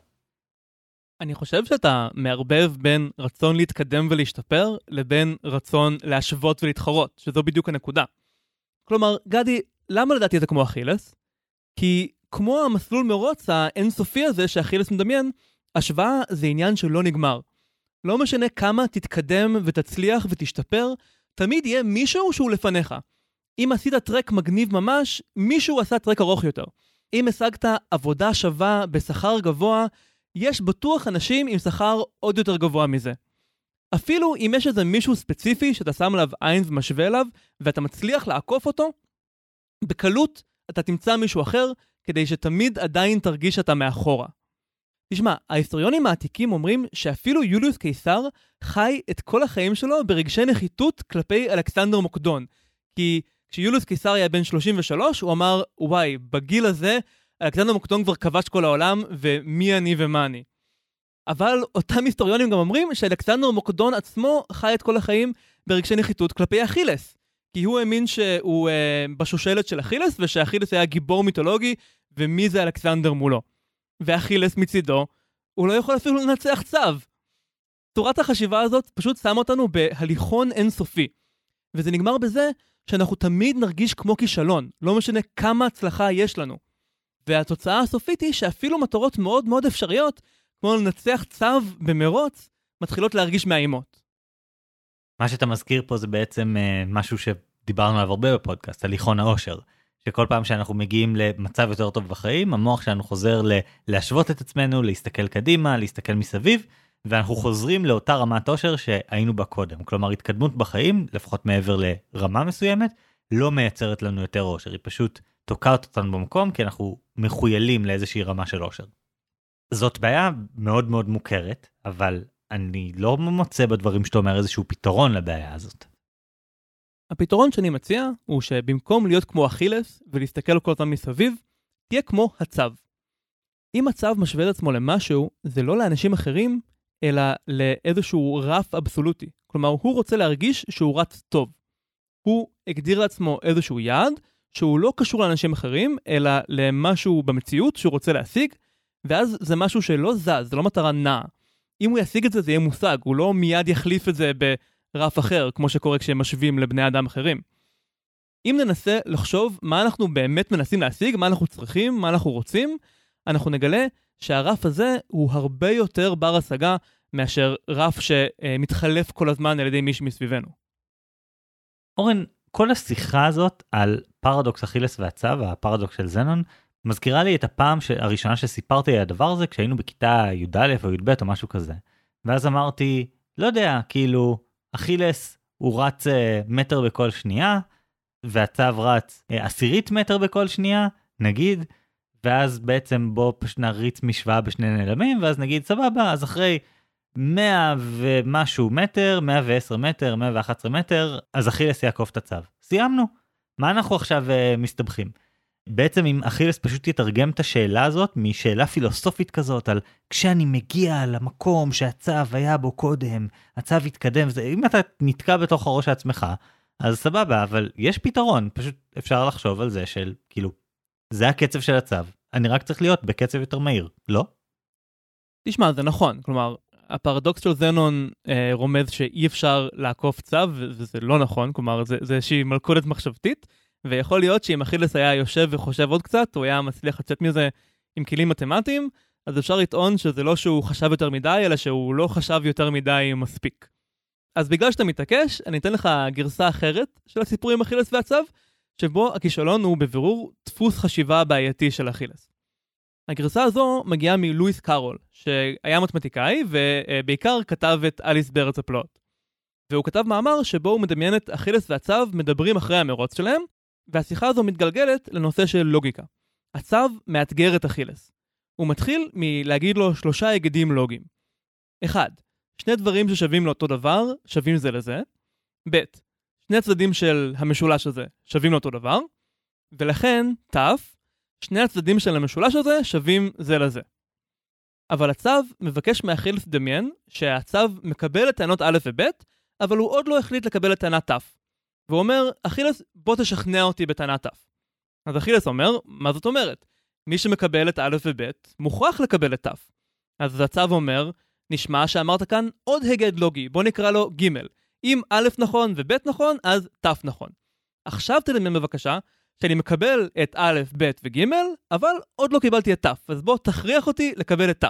A: אני חושב שאתה מערבב בין רצון להתקדם ולהשתפר, לבין רצון להשוות ולהתחרות, שזו בדיוק הנקודה. כלומר, גדי, למה לדעתי זה כמו אכילס? כי כמו המסלול מרוץ האינסופי הזה שאכילס מדמיין, השוואה זה עניין שלא נגמר. לא משנה כמה תתקדם ותצליח ותשתפר, תמיד יהיה מישהו שהוא לפניך. אם עשית טרק מגניב ממש, מישהו עשה טרק ארוך יותר. אם השגת עבודה שווה בשכר גבוה, יש בטוח אנשים עם שכר עוד יותר גבוה מזה. אפילו אם יש איזה מישהו ספציפי שאתה שם עליו עין ומשווה אליו, ואתה מצליח לעקוף אותו, בקלות אתה תמצא מישהו אחר, כדי שתמיד עדיין תרגיש שאתה מאחורה. תשמע, ההיסטוריונים העתיקים אומרים שאפילו יוליוס קיסר חי את כל החיים שלו ברגשי נחיתות כלפי אלכסנדר מוקדון. כי כשיוליוס קיסר היה בן שלושים ושלוש, הוא אמר, וואי, בגיל הזה, אלכסנדר מוקדון כבר כבש כל העולם, ומי אני ומה אני. אבל אותם היסטוריונים גם אומרים שאלכסנדר מוקדון עצמו חי את כל החיים ברגשי נחיתות כלפי אכילס. כי הוא האמין שהוא אה, בשושלת של אכילס, ושאכילס היה גיבור מיתולוגי, ומי זה אלכסנדר מולו. ואכילס מצידו, הוא לא יכול אפילו לנצח צב. תורת החשיבה הזאת פשוט שמה אותנו בהליכון אינסופי. וזה נגמר בזה שאנחנו תמיד נרגיש כמו כישלון, לא משנה כמה הצלחה יש לנו. והתוצאה הסופית היא שאפילו מטרות מאוד מאוד אפשריות, כמו לנצח צב במרוץ, מתחילות להרגיש מאיימות.
B: מה שאתה מזכיר פה זה בעצם uh, משהו שדיברנו עליו הרבה בפודקאסט, הליכון האושר. שכל פעם שאנחנו מגיעים למצב יותר טוב בחיים, המוח שלנו חוזר ל- להשוות את עצמנו, להסתכל קדימה, להסתכל מסביב, ואנחנו חוזרים לאותה רמת אושר שהיינו בה קודם. כלומר, התקדמות בחיים, לפחות מעבר לרמה מסוימת, לא מייצרת לנו יותר אושר. היא פשוט תוקעת אותנו במקום, כי אנחנו מחוילים לאיזושהי רמה של אושר. זאת בעיה מאוד מאוד מוכרת, אבל אני לא מוצא בדברים שאתה אומר איזשהו פתרון לבעיה הזאת.
A: הפתרון שאני מציע הוא שבמקום להיות כמו אכילס ולהסתכל כל הזמן מסביב, תהיה כמו הצב. אם הצב משווה את עצמו למשהו, זה לא לאנשים אחרים, אלא לאיזשהו רף אבסולוטי. כלומר, הוא רוצה להרגיש שהוא רץ טוב. הוא הגדיר לעצמו איזשהו יעד, שהוא לא קשור לאנשים אחרים, אלא למשהו במציאות שהוא רוצה להשיג, ואז זה משהו שלא זז, זה לא מטרה נעה. אם הוא ישיג את זה, זה יהיה מושג, הוא לא מיד יחליף את זה ברף אחר, כמו שקורה כשהם משווים לבני אדם אחרים. אם ננסה לחשוב מה אנחנו באמת מנסים להשיג, מה אנחנו צריכים, מה אנחנו רוצים, אנחנו נגלה שהרף הזה הוא הרבה יותר בר השגה מאשר רף שמתחלף כל הזמן על ידי מישהו מסביבנו.
B: אורן, כל השיחה הזאת על פרדוקס אכילס והצב, הפרדוקס של זנון, מזכירה לי את הפעם הראשונה שסיפרתי על הדבר הזה, כשהיינו בכיתה י"א או י"ב או משהו כזה. ואז אמרתי, לא יודע, כאילו, אכילס הוא רץ מטר בכל שנייה, והצב רץ עשירית מטר בכל שנייה, נגיד, ואז בעצם בוא פשוט נריץ משוואה בשני נעלמים, ואז נגיד, סבבה, אז אחרי מאה ומשהו מטר, מאה ועשר מטר, מאה ואחת עשרה מטר, אז אכילס יעקוף את הצב. סיימנו. מה אנחנו עכשיו uh, מסתבכים? בעצם אם אכילס פשוט יתרגם את השאלה הזאת, משאלה פילוסופית כזאת, על כשאני מגיע למקום שהצב היה בו קודם, הצב יתקדם, וזה, אם אתה נתקע בתוך הראש עצמך, אז סבבה, אבל יש פתרון, פשוט אפשר לחשוב על זה של, כאילו, זה הקצב של הצב, אני רק צריך להיות בקצב יותר מהיר, לא?
A: תשמע, זה נכון, כלומר, הפרדוקס של זנון אה, רומז שאי אפשר לעקוף צו, וזה לא נכון, כלומר זה, זה איזושהי מלכודת מחשבתית, ויכול להיות שאם אכילס היה יושב וחושב עוד קצת, הוא היה מצליח לצאת מזה עם כלים מתמטיים, אז אפשר לטעון שזה לא שהוא חשב יותר מדי, אלא שהוא לא חשב יותר מדי מספיק. אז בגלל שאתה מתעקש, אני אתן לך גרסה אחרת של הסיפור עם אכילס והצו, שבו הכישלון הוא בבירור דפוס חשיבה בעייתי של אכילס. הגרסה הזו מגיעה מלואיס קארול, שהיה מתמטיקאי ובעיקר כתב את אליס בארץ הפלאות. והוא כתב מאמר שבו הוא מדמיין את אכילס והצו מדברים אחרי המרוץ שלהם, והשיחה הזו מתגלגלת לנושא של לוגיקה. הצו מאתגר את אכילס. הוא מתחיל מלהגיד לו שלושה היגדים לוגיים. אחד, שני דברים ששווים לאותו דבר, שווים זה לזה. ב', שני הצדדים של המשולש הזה שווים לאותו דבר. ולכן, ת', שני הצדדים של המשולש הזה שווים זה לזה. אבל הצו מבקש מאכילס לדמיין שהצו מקבל את טענות א' וב', אבל הוא עוד לא החליט לקבל את טענת ת'. והוא אומר, אכילס, בוא תשכנע אותי בטענת ת'. אז אכילס אומר, מה זאת אומרת? מי שמקבל את א' וב' מוכרח לקבל את ת'. אז הצו אומר, נשמע שאמרת כאן עוד היגד לוגי, בוא נקרא לו ג'. אם א' נכון וב' נכון, אז ת' נכון. עכשיו תדמיין בבקשה, שאני מקבל את א', ב' וג', אבל עוד לא קיבלתי את ת', אז בוא תכריח אותי לקבל את ת'.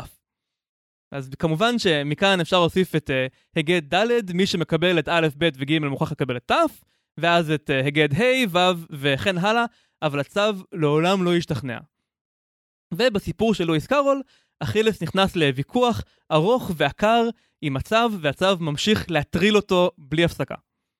A: אז כמובן שמכאן אפשר להוסיף את uh, היגד ד', מי שמקבל את א', ב' וג' מוכרח לקבל את ת', ואז את uh, היגד ה', ו' וכן הלאה, אבל הצו לעולם לא ישתכנע. ובסיפור של לואיס קארול, אכילס נכנס לוויכוח ארוך ועקר עם הצו, והצו ממשיך להטריל אותו בלי הפסקה.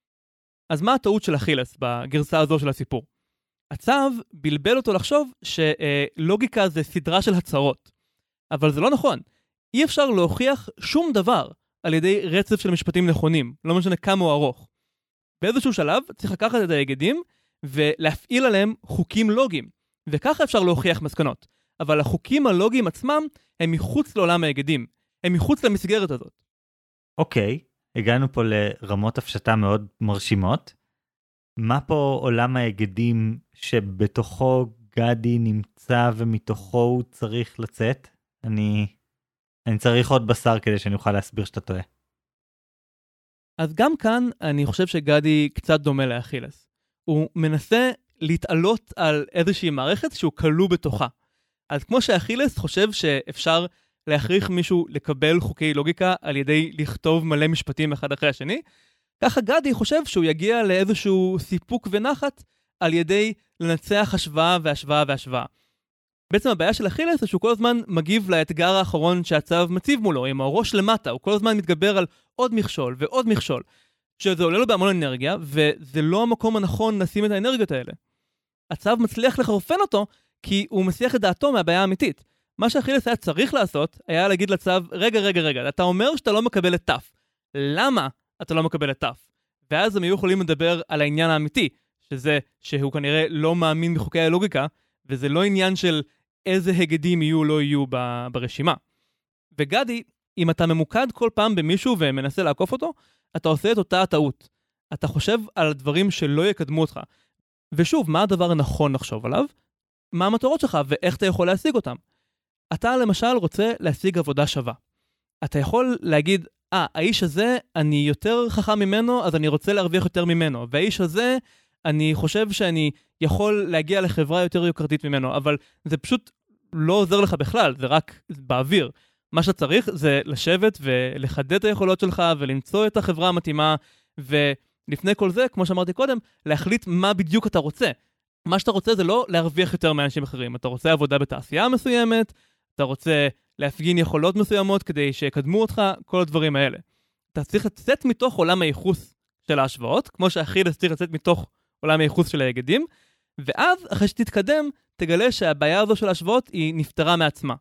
A: אז מה הטעות של אכילס בגרסה הזו של הסיפור? הצו בלבל אותו לחשוב שלוגיקה זה סדרה של הצהרות. אבל זה לא נכון. אי אפשר להוכיח שום דבר על ידי רצף של משפטים נכונים, לא משנה כמה הוא ארוך. באיזשהו שלב צריך לקחת את היגדים ולהפעיל עליהם חוקים לוגיים, וככה אפשר להוכיח מסקנות. אבל החוקים הלוגיים עצמם הם מחוץ לעולם היגדים, הם מחוץ למסגרת הזאת.
B: אוקיי, הגענו פה לרמות הפשטה מאוד מרשימות. מה פה עולם היגדים שבתוכו גדי נמצא ומתוכו הוא צריך לצאת? אני, אני צריך עוד בשר כדי שאני אוכל להסביר שאתה טועה.
A: אז גם כאן אני חושב שגדי קצת דומה לאכילס. הוא מנסה להתעלות על איזושהי מערכת שהוא כלוא בתוכה. אז כמו שאכילס חושב שאפשר להכריח מישהו לקבל חוקי לוגיקה על ידי לכתוב מלא משפטים אחד אחרי השני, ככה גדי חושב שהוא יגיע לאיזשהו סיפוק ונחת על ידי לנצח השוואה והשוואה והשוואה. בעצם הבעיה של אכילס זה שהוא כל הזמן מגיב לאתגר האחרון שהצו מציב מולו, עם הראש למטה, הוא כל הזמן מתגבר על עוד מכשול ועוד מכשול, שזה עולה לו בהמון אנרגיה, וזה לא המקום הנכון לשים את האנרגיות האלה. הצו מצליח לחרפן אותו, כי הוא מסיח את דעתו מהבעיה האמיתית. מה שאכילס היה צריך לעשות, היה להגיד לצו, רגע, רגע, רגע, אתה אומר שאתה לא מקבל את ת'. למה אתה לא מקבל את ת'? ואז הם היו יכולים לדבר על העניין האמיתי, שזה שהוא כנראה לא מאמין בחוקי הלוגיקה, וזה לא עניין של איזה היגדים יהיו או לא יהיו ב- ברשימה. וגדי, אם אתה ממוקד כל פעם במישהו ומנסה לעקוף אותו, אתה עושה את אותה הטעות. אתה חושב על דברים שלא יקדמו אותך. ושוב, מה הדבר הנכון לחשוב עליו? מה המטרות שלך ואיך אתה יכול להשיג אותם? אתה למשל רוצה להשיג עבודה שווה. אתה יכול להגיד, אה, האיש הזה, אני יותר חכם ממנו, אז אני רוצה להרוויח יותר ממנו. והאיש הזה, אני חושב שאני יכול להגיע לחברה יותר יוקרתית ממנו, אבל זה פשוט לא עוזר לך בכלל, זה רק באוויר. מה שאתה צריך זה לשבת ולחדד את היכולות שלך ולמצוא את החברה המתאימה, ולפני כל זה, כמו שאמרתי קודם, להחליט מה בדיוק אתה רוצה. מה שאתה רוצה זה לא להרוויח יותר מאנשים אחרים. אתה רוצה עבודה בתעשייה מסוימת, אתה רוצה להפגין יכולות מסוימות כדי שיקדמו אותך, כל הדברים האלה. אתה צריך לצאת מתוך עולם הייחוס של ההשוואות, כמו שאכילס צריך לצאת מתוך עולם הייחוס של היגדים, ואז אחרי שתתקדם, תגלה שהבעיה הזו של ההשוואות היא נפטרה מעצמה.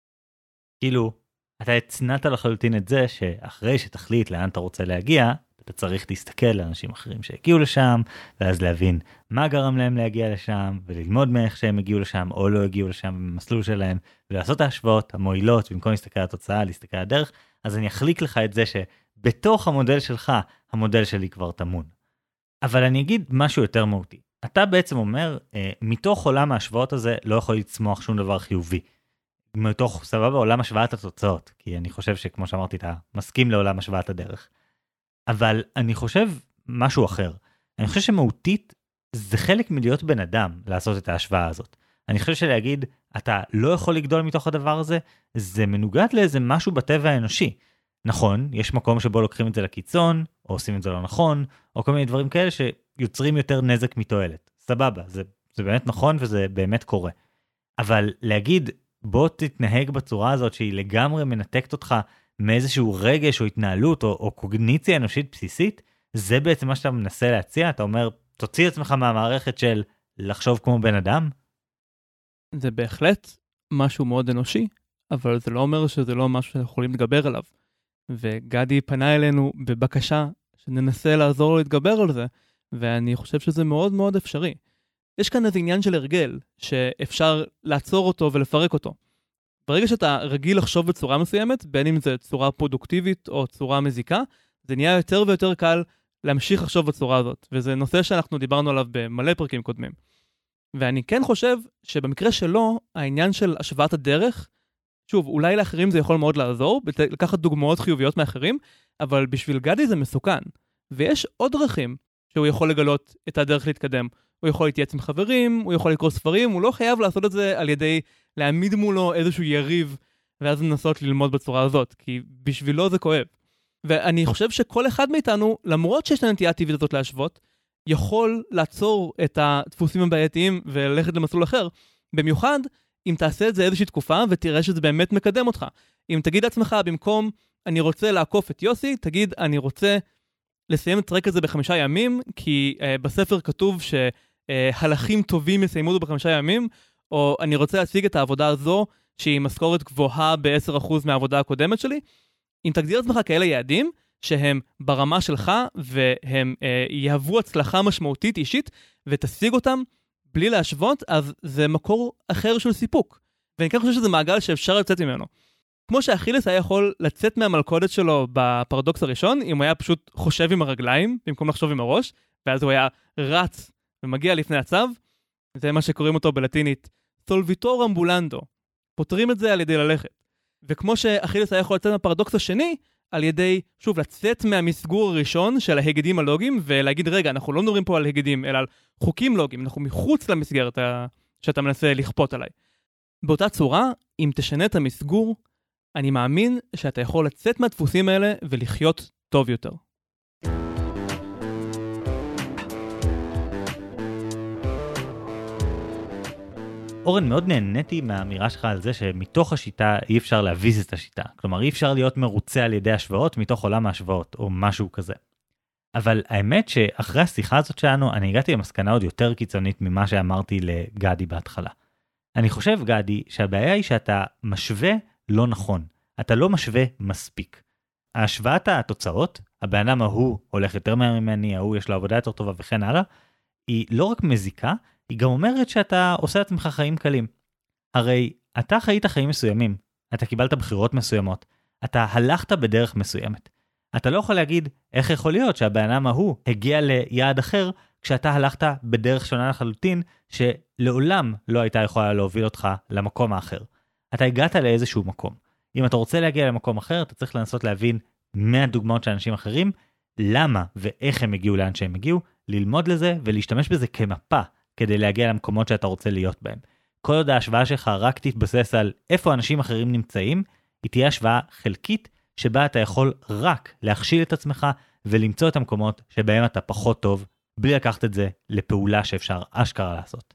B: כאילו, אתה הצנת לחלוטין את זה שאחרי שתחליט לאן אתה רוצה להגיע, אתה צריך להסתכל לאנשים אחרים שהגיעו לשם, ואז להבין מה גרם להם להגיע לשם, וללמוד מאיך שהם הגיעו לשם או לא הגיעו לשם במסלול שלהם, ולעשות את ההשוואות המועילות, במקום להסתכל על התוצאה, להסתכל על הדרך, אז אני אחליק לך את זה שבתוך המודל שלך, המודל שלי כבר תמון. אבל אני אגיד משהו יותר מהותי. אתה בעצם אומר, מתוך עולם ההשוואות הזה לא יכול לצמוח שום דבר חיובי. מתוך סבבה עולם השוואת התוצאות, כי אני חושב שכמו שאמרתי, אתה מסכים לעולם השוואת הדרך. אבל אני חושב משהו אחר. אני חושב שמהותית זה חלק מלהיות בן אדם לעשות את ההשוואה הזאת. אני חושב שלהגיד, אתה לא יכול לגדול מתוך הדבר הזה, זה מנוגד לאיזה משהו בטבע האנושי. נכון, יש מקום שבו לוקחים את זה לקיצון, או עושים את זה לא נכון, או כל מיני דברים כאלה שיוצרים יותר נזק מתועלת. סבבה, זה, זה באמת נכון וזה באמת קורה. אבל להגיד, בוא תתנהג בצורה הזאת שהיא לגמרי מנתקת אותך מאיזשהו רגש או התנהלות או, או קוגניציה אנושית בסיסית, זה בעצם מה שאתה מנסה להציע. אתה אומר, תוציא עצמך מהמערכת של לחשוב כמו בן אדם?
A: זה בהחלט משהו מאוד אנושי, אבל זה לא אומר שזה לא משהו שאנחנו יכולים להתגבר עליו. וגדי פנה אלינו בבקשה שננסה לעזור לו להתגבר על זה, ואני חושב שזה מאוד מאוד אפשרי. יש כאן איזה עניין של הרגל, שאפשר לעצור אותו ולפרק אותו. ברגע שאתה רגיל לחשוב בצורה מסוימת, בין אם זה צורה פרודוקטיבית או צורה מזיקה, זה נהיה יותר ויותר קל להמשיך לחשוב בצורה הזאת, וזה נושא שאנחנו דיברנו עליו במלא פרקים קודמים. ואני כן חושב שבמקרה שלו, העניין של השוואת הדרך, שוב, אולי לאחרים זה יכול מאוד לעזור, לקחת דוגמאות חיוביות מאחרים, אבל בשביל גדי זה מסוכן. ויש עוד דרכים שהוא יכול לגלות את הדרך להתקדם. הוא יכול להתייעץ עם חברים, הוא יכול לקרוא ספרים, הוא לא חייב לעשות את זה על ידי להעמיד מולו איזשהו יריב, ואז לנסות ללמוד בצורה הזאת, כי בשבילו זה כואב. ואני חושב שכל אחד מאיתנו, למרות שיש לנטייה הטבעית הזאת להשוות, יכול לעצור את הדפוסים הבעייתיים וללכת למסלול אחר, במיוחד אם תעשה את זה איזושהי תקופה ותראה שזה באמת מקדם אותך. אם תגיד לעצמך, במקום אני רוצה לעקוף את יוסי, תגיד אני רוצה לסיים את הטרק הזה בחמישה ימים, כי uh, בספר כתוב שהלכים טובים יסיימו אותו בחמישה ימים, או אני רוצה להציג את העבודה הזו, שהיא משכורת גבוהה ב-עשרה אחוז מהעבודה הקודמת שלי. אם תגדיר עצמך כאלה יעדים, שהם ברמה שלך, והם אה, יהוו הצלחה משמעותית אישית, ותשיג אותם בלי להשוות, אז זה מקור אחר של סיפוק. ואני כן חושב שזה מעגל שאפשר לצאת ממנו. כמו שאכילס היה יכול לצאת מהמלכודת שלו בפרדוקס הראשון, אם הוא היה פשוט חושב עם הרגליים, במקום לחשוב עם הראש, ואז הוא היה רץ ומגיע לפני הצו, זה מה שקוראים אותו בלטינית, סולביטור אמבולנדו. פותרים את זה על ידי ללכת. וכמו שאכילס היה יכול לצאת מהפרדוקס השני, על ידי, שוב, לצאת מהמסגור הראשון של ההגדים הלוגיים, ולהגיד, רגע, אנחנו לא מדברים פה על הגדים, אלא על חוקים לוגיים, אנחנו מחוץ למסגרת ה... שאתה מנסה לכפות עליי. באותה צורה, אם תשנה את המסגור, אני מאמין שאתה יכול לצאת מהדפוסים האלה ולחיות טוב יותר.
B: אורן, מאוד נהניתי מהאמירה שלך על זה שמתוך השיטה אי אפשר להביס את השיטה. כלומר, אי אפשר להיות מרוצה על ידי השוואות מתוך עולם ההשוואות, או משהו כזה. אבל האמת שאחרי השיחה הזאת שלנו, אני הגעתי למסקנה עוד יותר קיצונית ממה שאמרתי לגדי בהתחלה. אני חושב, גדי, שהבעיה היא שאתה משווה לא נכון. אתה לא משווה מספיק. ההשוואת התוצאות, הבן אדם ההוא הולך יותר ממני, ההוא יש לו עבודה יותר טובה וכן הלאה, היא לא רק מזיקה, היא גם אומרת שאתה עושה לעצמך חיים קלים. הרי אתה חיית חיים מסוימים, אתה קיבלת בחירות מסוימות, אתה הלכת בדרך מסוימת. אתה לא יכול להגיד איך יכול להיות שהבן אדם ההוא הגיע ליעד אחר, כשאתה הלכת בדרך שונה לחלוטין, שלעולם לא הייתה יכולה להוביל אותך למקום האחר. אתה הגעת לאיזשהו מקום. אם אתה רוצה להגיע למקום אחר, אתה צריך לנסות להבין מהדוגמאות של אנשים אחרים, למה ואיך הם הגיעו לאן שהם הגיעו, ללמוד לזה ולהשתמש בזה כמפה, כדי להגיע למקומות שאתה רוצה להיות בהם. כל עוד ההשוואה שלך רק תתבסס על איפה אנשים אחרים נמצאים, היא תהיה השוואה חלקית, שבה אתה יכול רק להכשיל את עצמך, ולמצוא את המקומות שבהם אתה פחות טוב, בלי לקחת את זה לפעולה שאפשר אשכרה לעשות.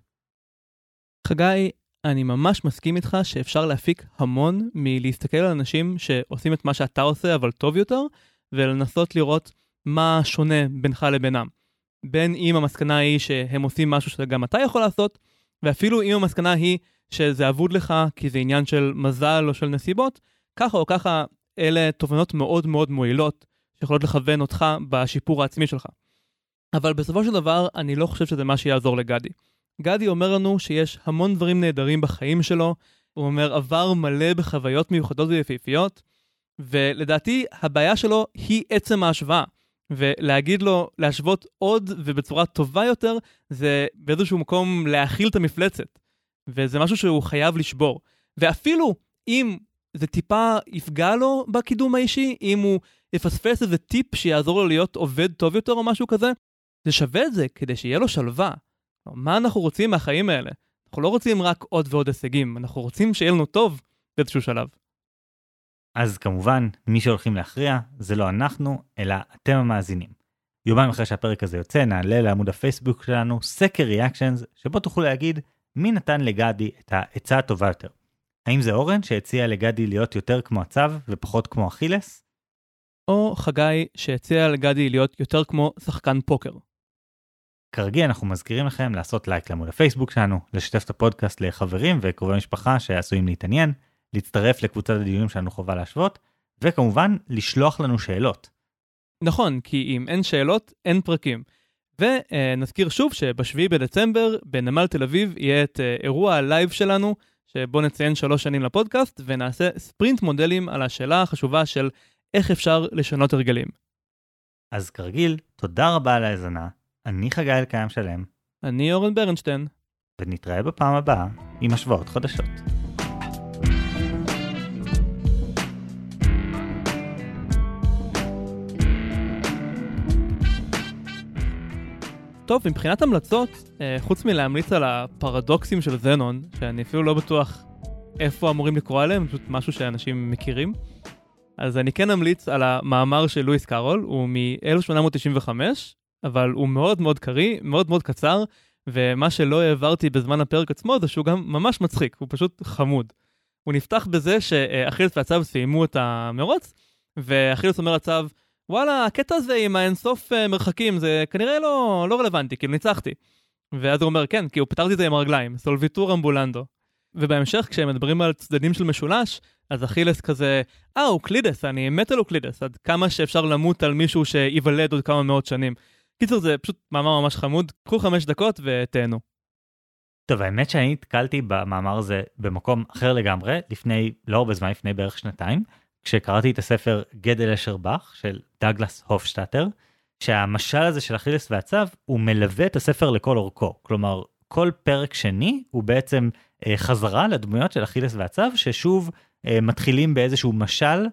A: חגי, אני ממש מסכים איתך שאפשר להפיק המון מלהסתכל על אנשים שעושים את מה שאתה עושה, אבל טוב יותר, ולנסות לראות מה שונה בינך לבינם. בין אם המסקנה היא שהם עושים משהו שגם אתה יכול לעשות, ואפילו אם המסקנה היא שזה עבוד לך, כי זה עניין של מזל או של נסיבות, ככה או ככה אלה תובנות מאוד מאוד מועילות, שיכולות לכוון אותך בשיפור העצמי שלך. אבל בסופו של דבר, אני לא חושב שזה מה שיעזור לגדי. גדי אומר לנו שיש המון דברים נהדרים בחיים שלו, הוא אומר עבר מלא בחוויות מיוחדות ויפהפיות, ולדעתי הבעיה שלו היא עצם ההשוואה. ולהגיד לו להשוות עוד ובצורה טובה יותר, זה באיזשהו מקום להכיל את המפלצת. וזה משהו שהוא חייב לשבור. ואפילו אם זה טיפה יפגע לו בקידום האישי, אם הוא יפספס איזה טיפ שיעזור לו להיות עובד טוב יותר או משהו כזה, זה שווה את זה כדי שיהיה לו שלווה. מה אנחנו רוצים מהחיים האלה? אנחנו לא רוצים רק עוד ועוד הישגים, אנחנו רוצים שיהיה לנו טוב באיזשהו שלב.
B: אז כמובן, מי שהולכים להכריע זה לא אנחנו, אלא אתם המאזינים. יומיים אחרי שהפרק הזה יוצא, נעלה לעמוד הפייסבוק שלנו סקר ריאקשנס, שבו תוכלו להגיד מי נתן לגדי את העצה הטובה יותר. האם זה אורן שהציע לגדי להיות יותר כמו הצב ופחות כמו אכילס?
A: או חגי שהציע לגדי להיות יותר כמו שחקן פוקר.
B: כרגיל אנחנו מזכירים לכם לעשות לייק לעמוד הפייסבוק שלנו, לשתף את הפודקאסט לחברים וקרובי משפחה שעשויים להתעניין, להצטרף לקבוצת הדיונים שלנו חובה להשוות, וכמובן לשלוח לנו שאלות.
A: נכון, כי אם אין שאלות, אין פרקים. ונזכיר שוב שבשביעי בדצמבר, בנמל תל אביב, יהיה את אירוע הלייב שלנו, שבו נציין שלוש שנים לפודקאסט, ונעשה ספרינט מודלים על השאלה החשובה של איך אפשר לשנות הרגלים.
B: אז כרגיל, תודה רבה על ההאזנה. אני חגי אלקיים שלם.
A: אני אורן ברנשטיין.
B: ונתראה בפעם הבאה עם השוואות חדשות.
A: טוב, מבחינת המלצות, חוץ מלהמליץ על הפרדוקסים של זנון, שאני אפילו לא בטוח איפה אמורים לקרוא עליהם, פשוט משהו שאנשים מכירים, אז אני כן אמליץ על המאמר של לואיס קארול, הוא מ-אלף שמונה מאות תשעים וחמש, אבל הוא מאוד מאוד קריא, מאוד מאוד קצר, ומה שלא העברתי בזמן הפרק עצמו זה שהוא גם ממש מצחיק, הוא פשוט חמוד. הוא נפתח בזה שאכילס והצב סיימו את המרוץ, ואכילס אומר לצב, וואלה, הקטע הזה עם האינסוף מרחקים, זה כנראה לא, לא רלוונטי, כאילו ניצחתי. ואז הוא אומר, כן, כי הוא פתרתי את זה עם הרגליים, סולביטור אמבולנדו. ובהמשך, כשהם מדברים על צדדים של משולש, אז אכילס כזה, אה, אוקלידס, אני מת על אוקלידס, עד כמה שאפשר למות על מישהו שיוולד עוד כמה מאות שנים. קיצור, זה פשוט מאמר ממש חמוד, קחו חמש דקות ותהנו.
B: טוב, האמת שאני התקלתי במאמר הזה במקום אחר לגמרי, לפני, לא הרבה זמן, לפני בערך שנתיים, כשקראתי את הספר גדל אשר בך של דאגלס הופשטאטר, שהמשל הזה של אכילס והצב, הוא מלווה את הספר לכל אורכו. כלומר, כל פרק שני הוא בעצם אה, חזרה לדמויות של אכילס והצב, ששוב אה, מתחילים באיזשהו משל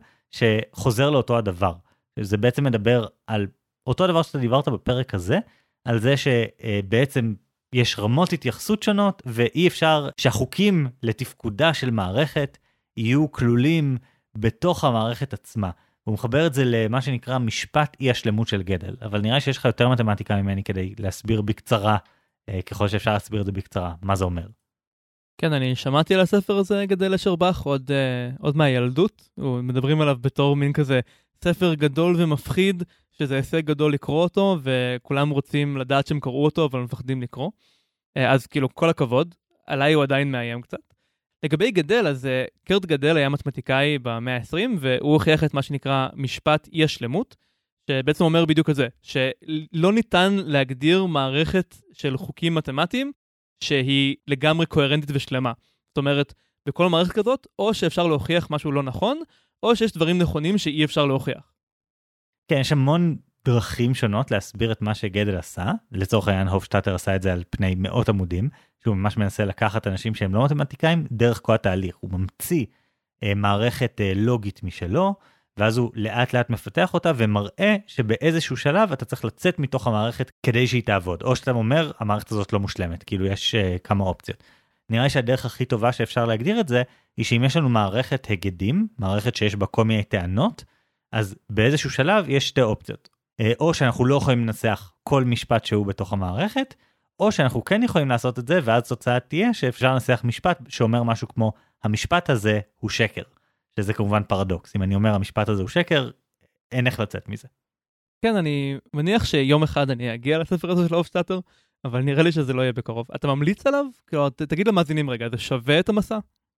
B: שחוזר לאותו הדבר. זה בעצם מדבר על אותו דבר שאתה דיברת בפרק הזה, על זה שבעצם יש רמות התייחסות שונות, ואי אפשר שהחוקים לתפקודה של מערכת יהיו כלולים בתוך המערכת עצמה. הוא מחבר את זה למה שנקרא משפט אי השלמות של גדל, אבל נראה שיש לך יותר מתמטיקה ממני כדי להסביר בקצרה, ככל שאפשר להסביר את זה בקצרה, מה זה אומר.
A: כן, אני שמעתי על הספר הזה, גדל אשר בך, עוד, עוד מהילדות, מדברים עליו בתור מין כזה ספר גדול ומפחיד, שזה הישג גדול לקרוא אותו, וכולם רוצים לדעת שהם קראו אותו, אבל מפחדים לקרוא. אז כאילו, כל הכבוד, עליי הוא עדיין מאיים קצת. לגבי גדל, אז קרט גדל היה מתמטיקאי במאה ה-עשרים, והוא הוכיח את מה שנקרא משפט אי השלמות, שבעצם אומר בדיוק את זה, שלא ניתן להגדיר מערכת של חוקים מתמטיים, שהיא לגמרי קוהרנטית ושלמה. זאת אומרת, בכל מערכת כזאת, או שאפשר להוכיח משהו לא נכון, או שיש דברים נכונים שאי אפשר להוכיח.
B: כן, יש המון דרכים שונות להסביר את מה שגדל עשה. לצורך העניין, הופשטאטר עשה את זה על פני מאות עמודים, שהוא ממש מנסה לקחת אנשים שהם לא מתמטיקאים דרך כל התהליך. הוא ממציא אה, מערכת אה, לוגית משלו, ואז הוא לאט לאט מפתח אותה ומראה שבאיזשהו שלב אתה צריך לצאת מתוך המערכת כדי שהיא תעבוד. או שאתה אומר, המערכת הזאת לא מושלמת, כאילו יש אה, כמה אופציות. נראה לי שהדרך הכי טובה שאפשר להגדיר את זה, היא שאם יש לנו מערכת הגדים, מערכת שיש בה כל מיני טענות, אז באיזשהו שלב יש שתי אופציות. או שאנחנו לא יכולים לנסח כל משפט שהוא בתוך המערכת, או שאנחנו כן יכולים לעשות את זה, ואז תוצאה תהיה שאפשר לנסח משפט שאומר משהו כמו, המשפט הזה הוא שקר. שזה כמובן פרדוקס. אם אני אומר המשפט הזה הוא שקר, אין איך לצאת מזה.
A: כן, אני מניח שיום אחד אני אגיע לספר הזה של הופשטאטר, אבל נראה לי שזה לא יהיה בקרוב. אתה ממליץ עליו? כאילו, תגיד למאזינים רגע, זה שווה את המסע?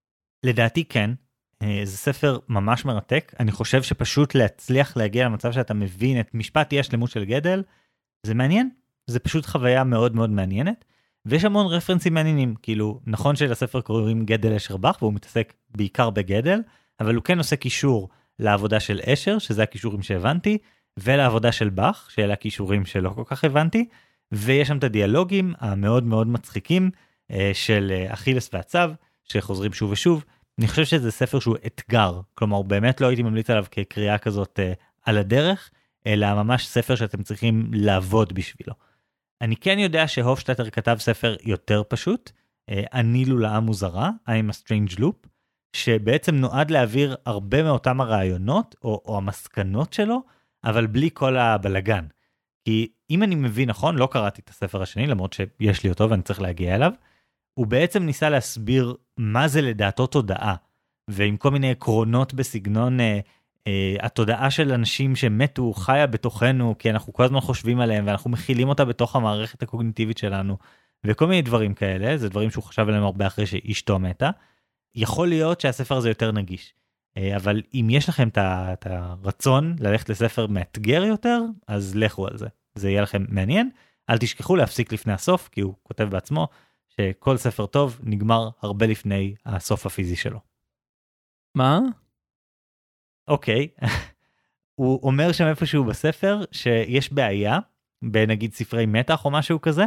B: לדעתי כן. זה ספר ממש מרתק. אני חושב שפשוט להצליח להגיע למצב שאתה מבין את משפט אי השלמות של גדל, זה מעניין. זה פשוט חוויה מאוד מאוד מעניינת. ויש המון רפרנסים מעניינים. כאילו, נכון שלספר קוראים גדל אשר בך, והוא מתעסק בעיקר בגדל, אבל הוא כן עושה קישור לעבודה של אשר, שזה הכישורים שהבנתי, ולעבודה של בך, שאלה הכישורים שלא כל כך הבנתי, ויש שם את הדיאלוגים המאוד מאוד מצחיקים של אכילס והצב, שחוזרים שוב ושוב, אני חושב שזה ספר שהוא אתגר, כלומר באמת לא הייתי ממליץ עליו כקריאה כזאת אה, על הדרך, אלא ממש ספר שאתם צריכים לעבוד בשבילו. אני כן יודע שהופשטאטר כתב ספר יותר פשוט, אה, אני לולאה מוזרה, I'm a Strange Loop, שבעצם נועד להעביר הרבה מאותם הרעיונות או, או המסקנות שלו, אבל בלי כל הבלגן. כי אם אני מבין נכון, לא קראתי את הספר השני, למרות שיש לי אותו ואני צריך להגיע אליו, הוא בעצם ניסה להסביר מה זה לדעתו תודעה, ועם כל מיני עקרונות בסגנון אה, אה, התודעה של אנשים שמתו חיה בתוכנו, כי אנחנו כל הזמן חושבים עליהם, ואנחנו מכילים אותה בתוך המערכת הקוגניטיבית שלנו, וכל מיני דברים כאלה, זה דברים שהוא חשב עליהם הרבה אחרי שאשתו מתה. יכול להיות שהספר הזה יותר נגיש, אה, אבל אם יש לכם את הרצון ללכת לספר מאתגר יותר, אז לכו על זה, זה יהיה לכם מעניין. אל תשכחו להפסיק לפני הסוף, כי הוא כותב בעצמו, שכל ספר טוב נגמר הרבה לפני הסוף הפיזי שלו.
A: מה?
B: אוקיי. הוא אומר שם איפשהו בספר שיש בעיה, בנגיד ספרי מתח או משהו כזה,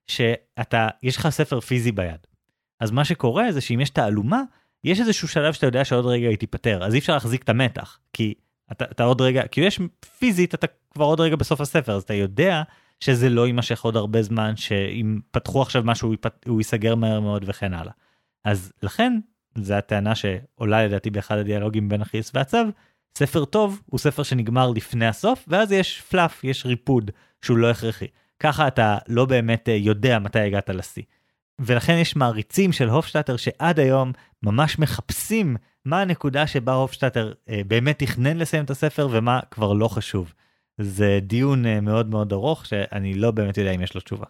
B: שאתה, יש לך ספר פיזי ביד. אז מה שקורה זה שאם יש תעלומה, יש איזשהו שלב שאתה יודע שעוד רגע היא תיפטר, אז אי אפשר להחזיק את המתח, כי אתה, אתה עוד רגע, כי יש פיזית, אתה כבר עוד רגע בסוף הספר, אז אתה יודע שזה לא יימשך עוד הרבה זמן, שאם פתחו עכשיו משהו, הוא ייסגר מהר מאוד וכן הלאה. אז לכן, זו הטענה שעולה לדעתי באחד הדיאלוגים בין אחיאס ועצב, ספר טוב הוא ספר שנגמר לפני הסוף, ואז יש פלאף, יש ריפוד שהוא לא הכרחי. ככה אתה לא באמת יודע מתי הגעת לשיא. ולכן יש מעריצים של הופשטאטר שעד היום ממש מחפשים מה הנקודה שבה הופשטאטר באמת תכנן לסיים את הספר ומה כבר לא חשוב. זה דיון מאוד מאוד ארוך שאני לא באמת יודע אם יש לו תשובה.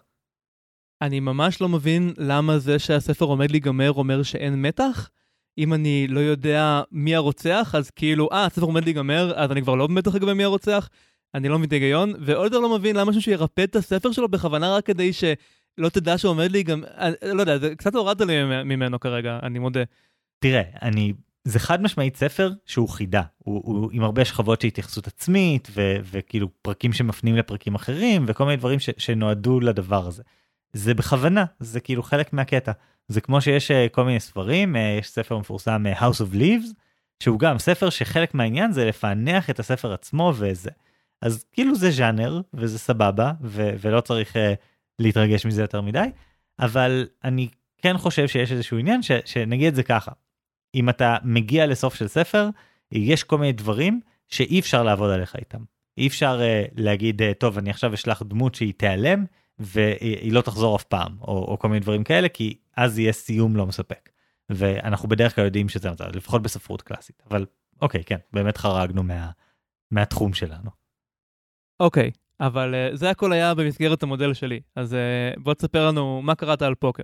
A: אני ממש לא מבין למה זה שהספר עומד להיגמר אומר שאין מתח. אם אני לא יודע מי הרוצח, אז כאילו, אה, הספר עומד להיגמר, אז אני כבר לא במתח לגבי מי הרוצח. אני לא מבין את ההיגיון, ועוד יותר לא מבין למה שהוא ירפא את הספר שלו בכוונה רק כדי שלא תדע שהוא עומד להיגמר. לא יודע, זה קצת הורדת לי ממנו כרגע, אני מודה.
B: תראה, אני... זה חד משמעית ספר שהוא חידה, הוא, הוא עם הרבה שכבות של התייחסות עצמית, ו, וכאילו פרקים שמפנים לפרקים אחרים, וכל מיני דברים ש, שנועדו לדבר הזה. זה בכוונה, זה כאילו חלק מהקטע. זה כמו שיש כל מיני ספרים, יש ספר מפורסם House of Leaves, שהוא גם ספר שחלק מהעניין זה לפענח את הספר עצמו וזה. אז כאילו זה ז'אנר, וזה סבבה, ו, ולא צריך uh, להתרגש מזה יותר מדי, אבל אני כן חושב שיש איזשהו עניין ש, שנגיד את זה ככה. אם אתה מגיע לסוף של ספר, יש כל מיני דברים שאי אפשר לעבוד עליך איתם. אי אפשר uh, להגיד, uh, טוב, אני עכשיו אשלח דמות שהיא תיעלם, והיא לא תחזור אף פעם, או, או כל מיני דברים כאלה, כי אז יהיה סיום לא מספק. ואנחנו בדרך כלל יודעים שזה מצב, לפחות בספרות קלאסית. אבל אוקיי, כן, באמת חרגנו מה, מהתחום שלנו.
A: אוקיי, אבל uh, זה הכל היה במסגרת המודל שלי. אז uh, בוא תספר לנו מה קראת על פוקר.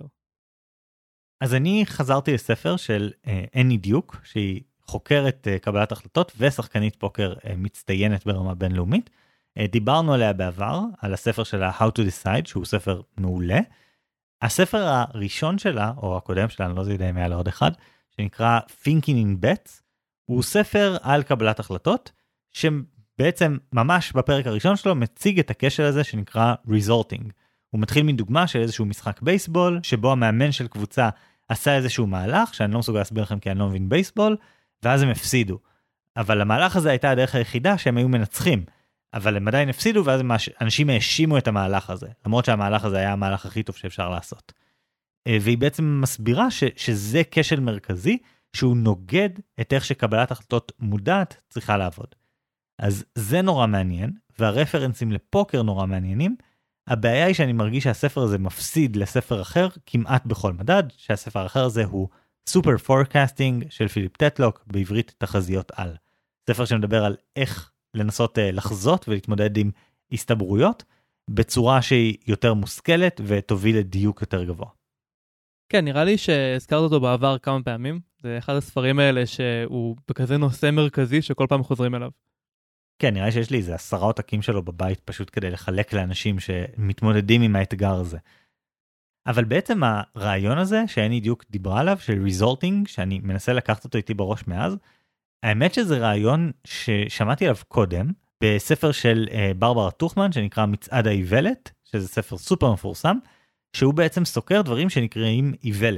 B: אז אני חזרתי לספר של אני דיוק, שהיא חוקרת uh, קבלת החלטות ושחקנית פוקר uh, מצטיינת ברמה בינלאומית. Uh, דיברנו עליה בעבר, על הספר שלה How to Decide, שהוא ספר מעולה. הספר הראשון שלה, או הקודם שלה, אני לא יודע אם היה לו עוד אחד, שנקרא Thinking in Bets, הוא ספר על קבלת החלטות, שבעצם ממש בפרק הראשון שלו מציג את הקשר הזה שנקרא Resorting. הוא מתחיל מדוגמה של איזשהו משחק בייסבול, שבו המאמן של קבוצה עשה איזשהו מהלך, שאני לא מסוגל להסביר לכם כי אני לא מבין בייסבול, ואז הם הפסידו. אבל המהלך הזה הייתה הדרך היחידה שהם היו מנצחים, אבל הם עדיין הפסידו, ואז אנשים האשימו את המהלך הזה, למרות שהמהלך הזה היה המהלך הכי טוב שאפשר לעשות. והיא בעצם מסבירה ש, שזה כשל מרכזי, שהוא נוגד את איך שקבלת החלטות מודעת צריכה לעבוד. אז זה נורא מעניין, והרפרנסים לפוקר נורא מעניינים. הבעיה היא שאני מרגיש שהספר הזה מפסיד לספר אחר כמעט בכל מדד, שהספר האחר הזה הוא Super Forecasting של פיליפ טטלוק, בעברית תחזיות על. ספר שמדבר על איך לנסות לחזות ולהתמודד עם הסתברויות, בצורה שהיא יותר מושכלת ותוביל לדיוק יותר גבוה.
A: כן, נראה לי שהזכרת אותו בעבר כמה פעמים. זה אחד הספרים האלה שהוא בכזה נושא מרכזי שכל פעם חוזרים אליו.
B: כן, נראה לי שיש לי איזה עשרה עותקים שלו בבית פשוט כדי לחלק לאנשים שמתמודדים עם האתגר הזה. אבל בעצם הרעיון הזה שאני דיוק דיברה עליו, של Resorting, שאני מנסה לקחת אותו איתי בראש מאז, האמת שזה רעיון ששמעתי עליו קודם, בספר של ברברה טוכמן שנקרא מצעד האיוולת, שזה ספר סופר מפורסם, שהוא בעצם סוקר דברים שנקראים איוולת.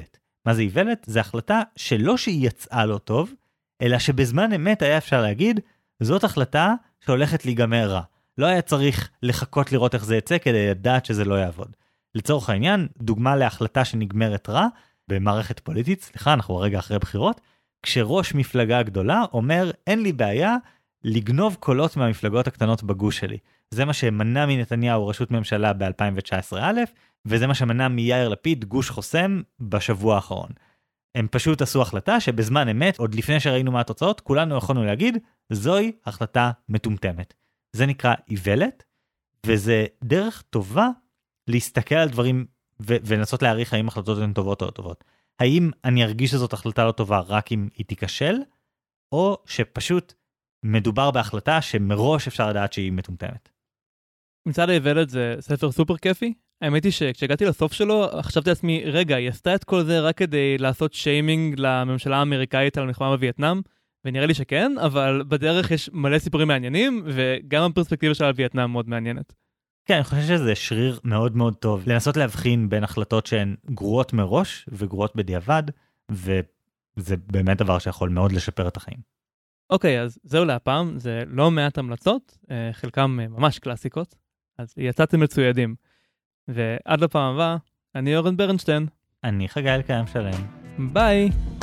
B: מה זה איוולת? זה החלטה שלא שהיא יצאה לא טוב, אלא שבזמן אמת היה אפשר להגיד, זאת החלטה שהולכת להיגמר רע. לא היה צריך לחכות לראות איך זה יצא כדי לדעת שזה לא יעבוד. לצורך העניין, דוגמה להחלטה שנגמרת רע, במערכת פוליטית, סליחה, אנחנו רגע אחרי בחירות, כשראש מפלגה גדולה אומר, אין לי בעיה לגנוב קולות מהמפלגות הקטנות בגוש שלי. זה מה שמנע מנתניהו ראשות ממשלה ב-אלפיים תשע עשרה א', וזה מה שמנע מיאיר לפיד גוש חוסם בשבוע האחרון. הם פשוט עשו החלטה שבזמן אמת, עוד לפני שראינו מה התוצאות, כולנו יכולנו להגיד, זוהי החלטה מטומטמת. זה נקרא איוולת, וזה דרך טובה להסתכל על דברים ו- ולנסות להעריך האם החלטות הן טובות או לא טובות. האם אני ארגיש שזאת החלטה לא טובה רק אם היא תיכשל, או שפשוט מדובר בהחלטה שמראש אפשר לדעת שהיא מטומטמת.
A: מצד האיוולת זה ספר סופר כיפי. האמת היא שכשהגעתי לסוף שלו, חשבתי לעצמי, רגע, היא עשתה את כל זה רק כדי לעשות שיימינג לממשלה האמריקאית על המלחמה בווייטנאם, ונראה לי שכן, אבל בדרך יש מלא סיפורים מעניינים, וגם הפרספקטיבה שלה על וייטנאם מאוד מעניינת.
B: כן, אני חושב שזה שריר מאוד מאוד טוב, לנסות להבחין בין החלטות שהן גרועות מראש וגרועות בדיעבד, וזה באמת דבר שיכול מאוד לשפר את החיים.
A: אוקיי, אז זהו להפעם, זה לא מעט המלצות, חלקם ממש קלאסיקות, אז יצאתם מצוידים. ועד לפעם הבאה, אני אורן ברנשטיין.
B: אני חגי אלקיים שלם.
A: ביי!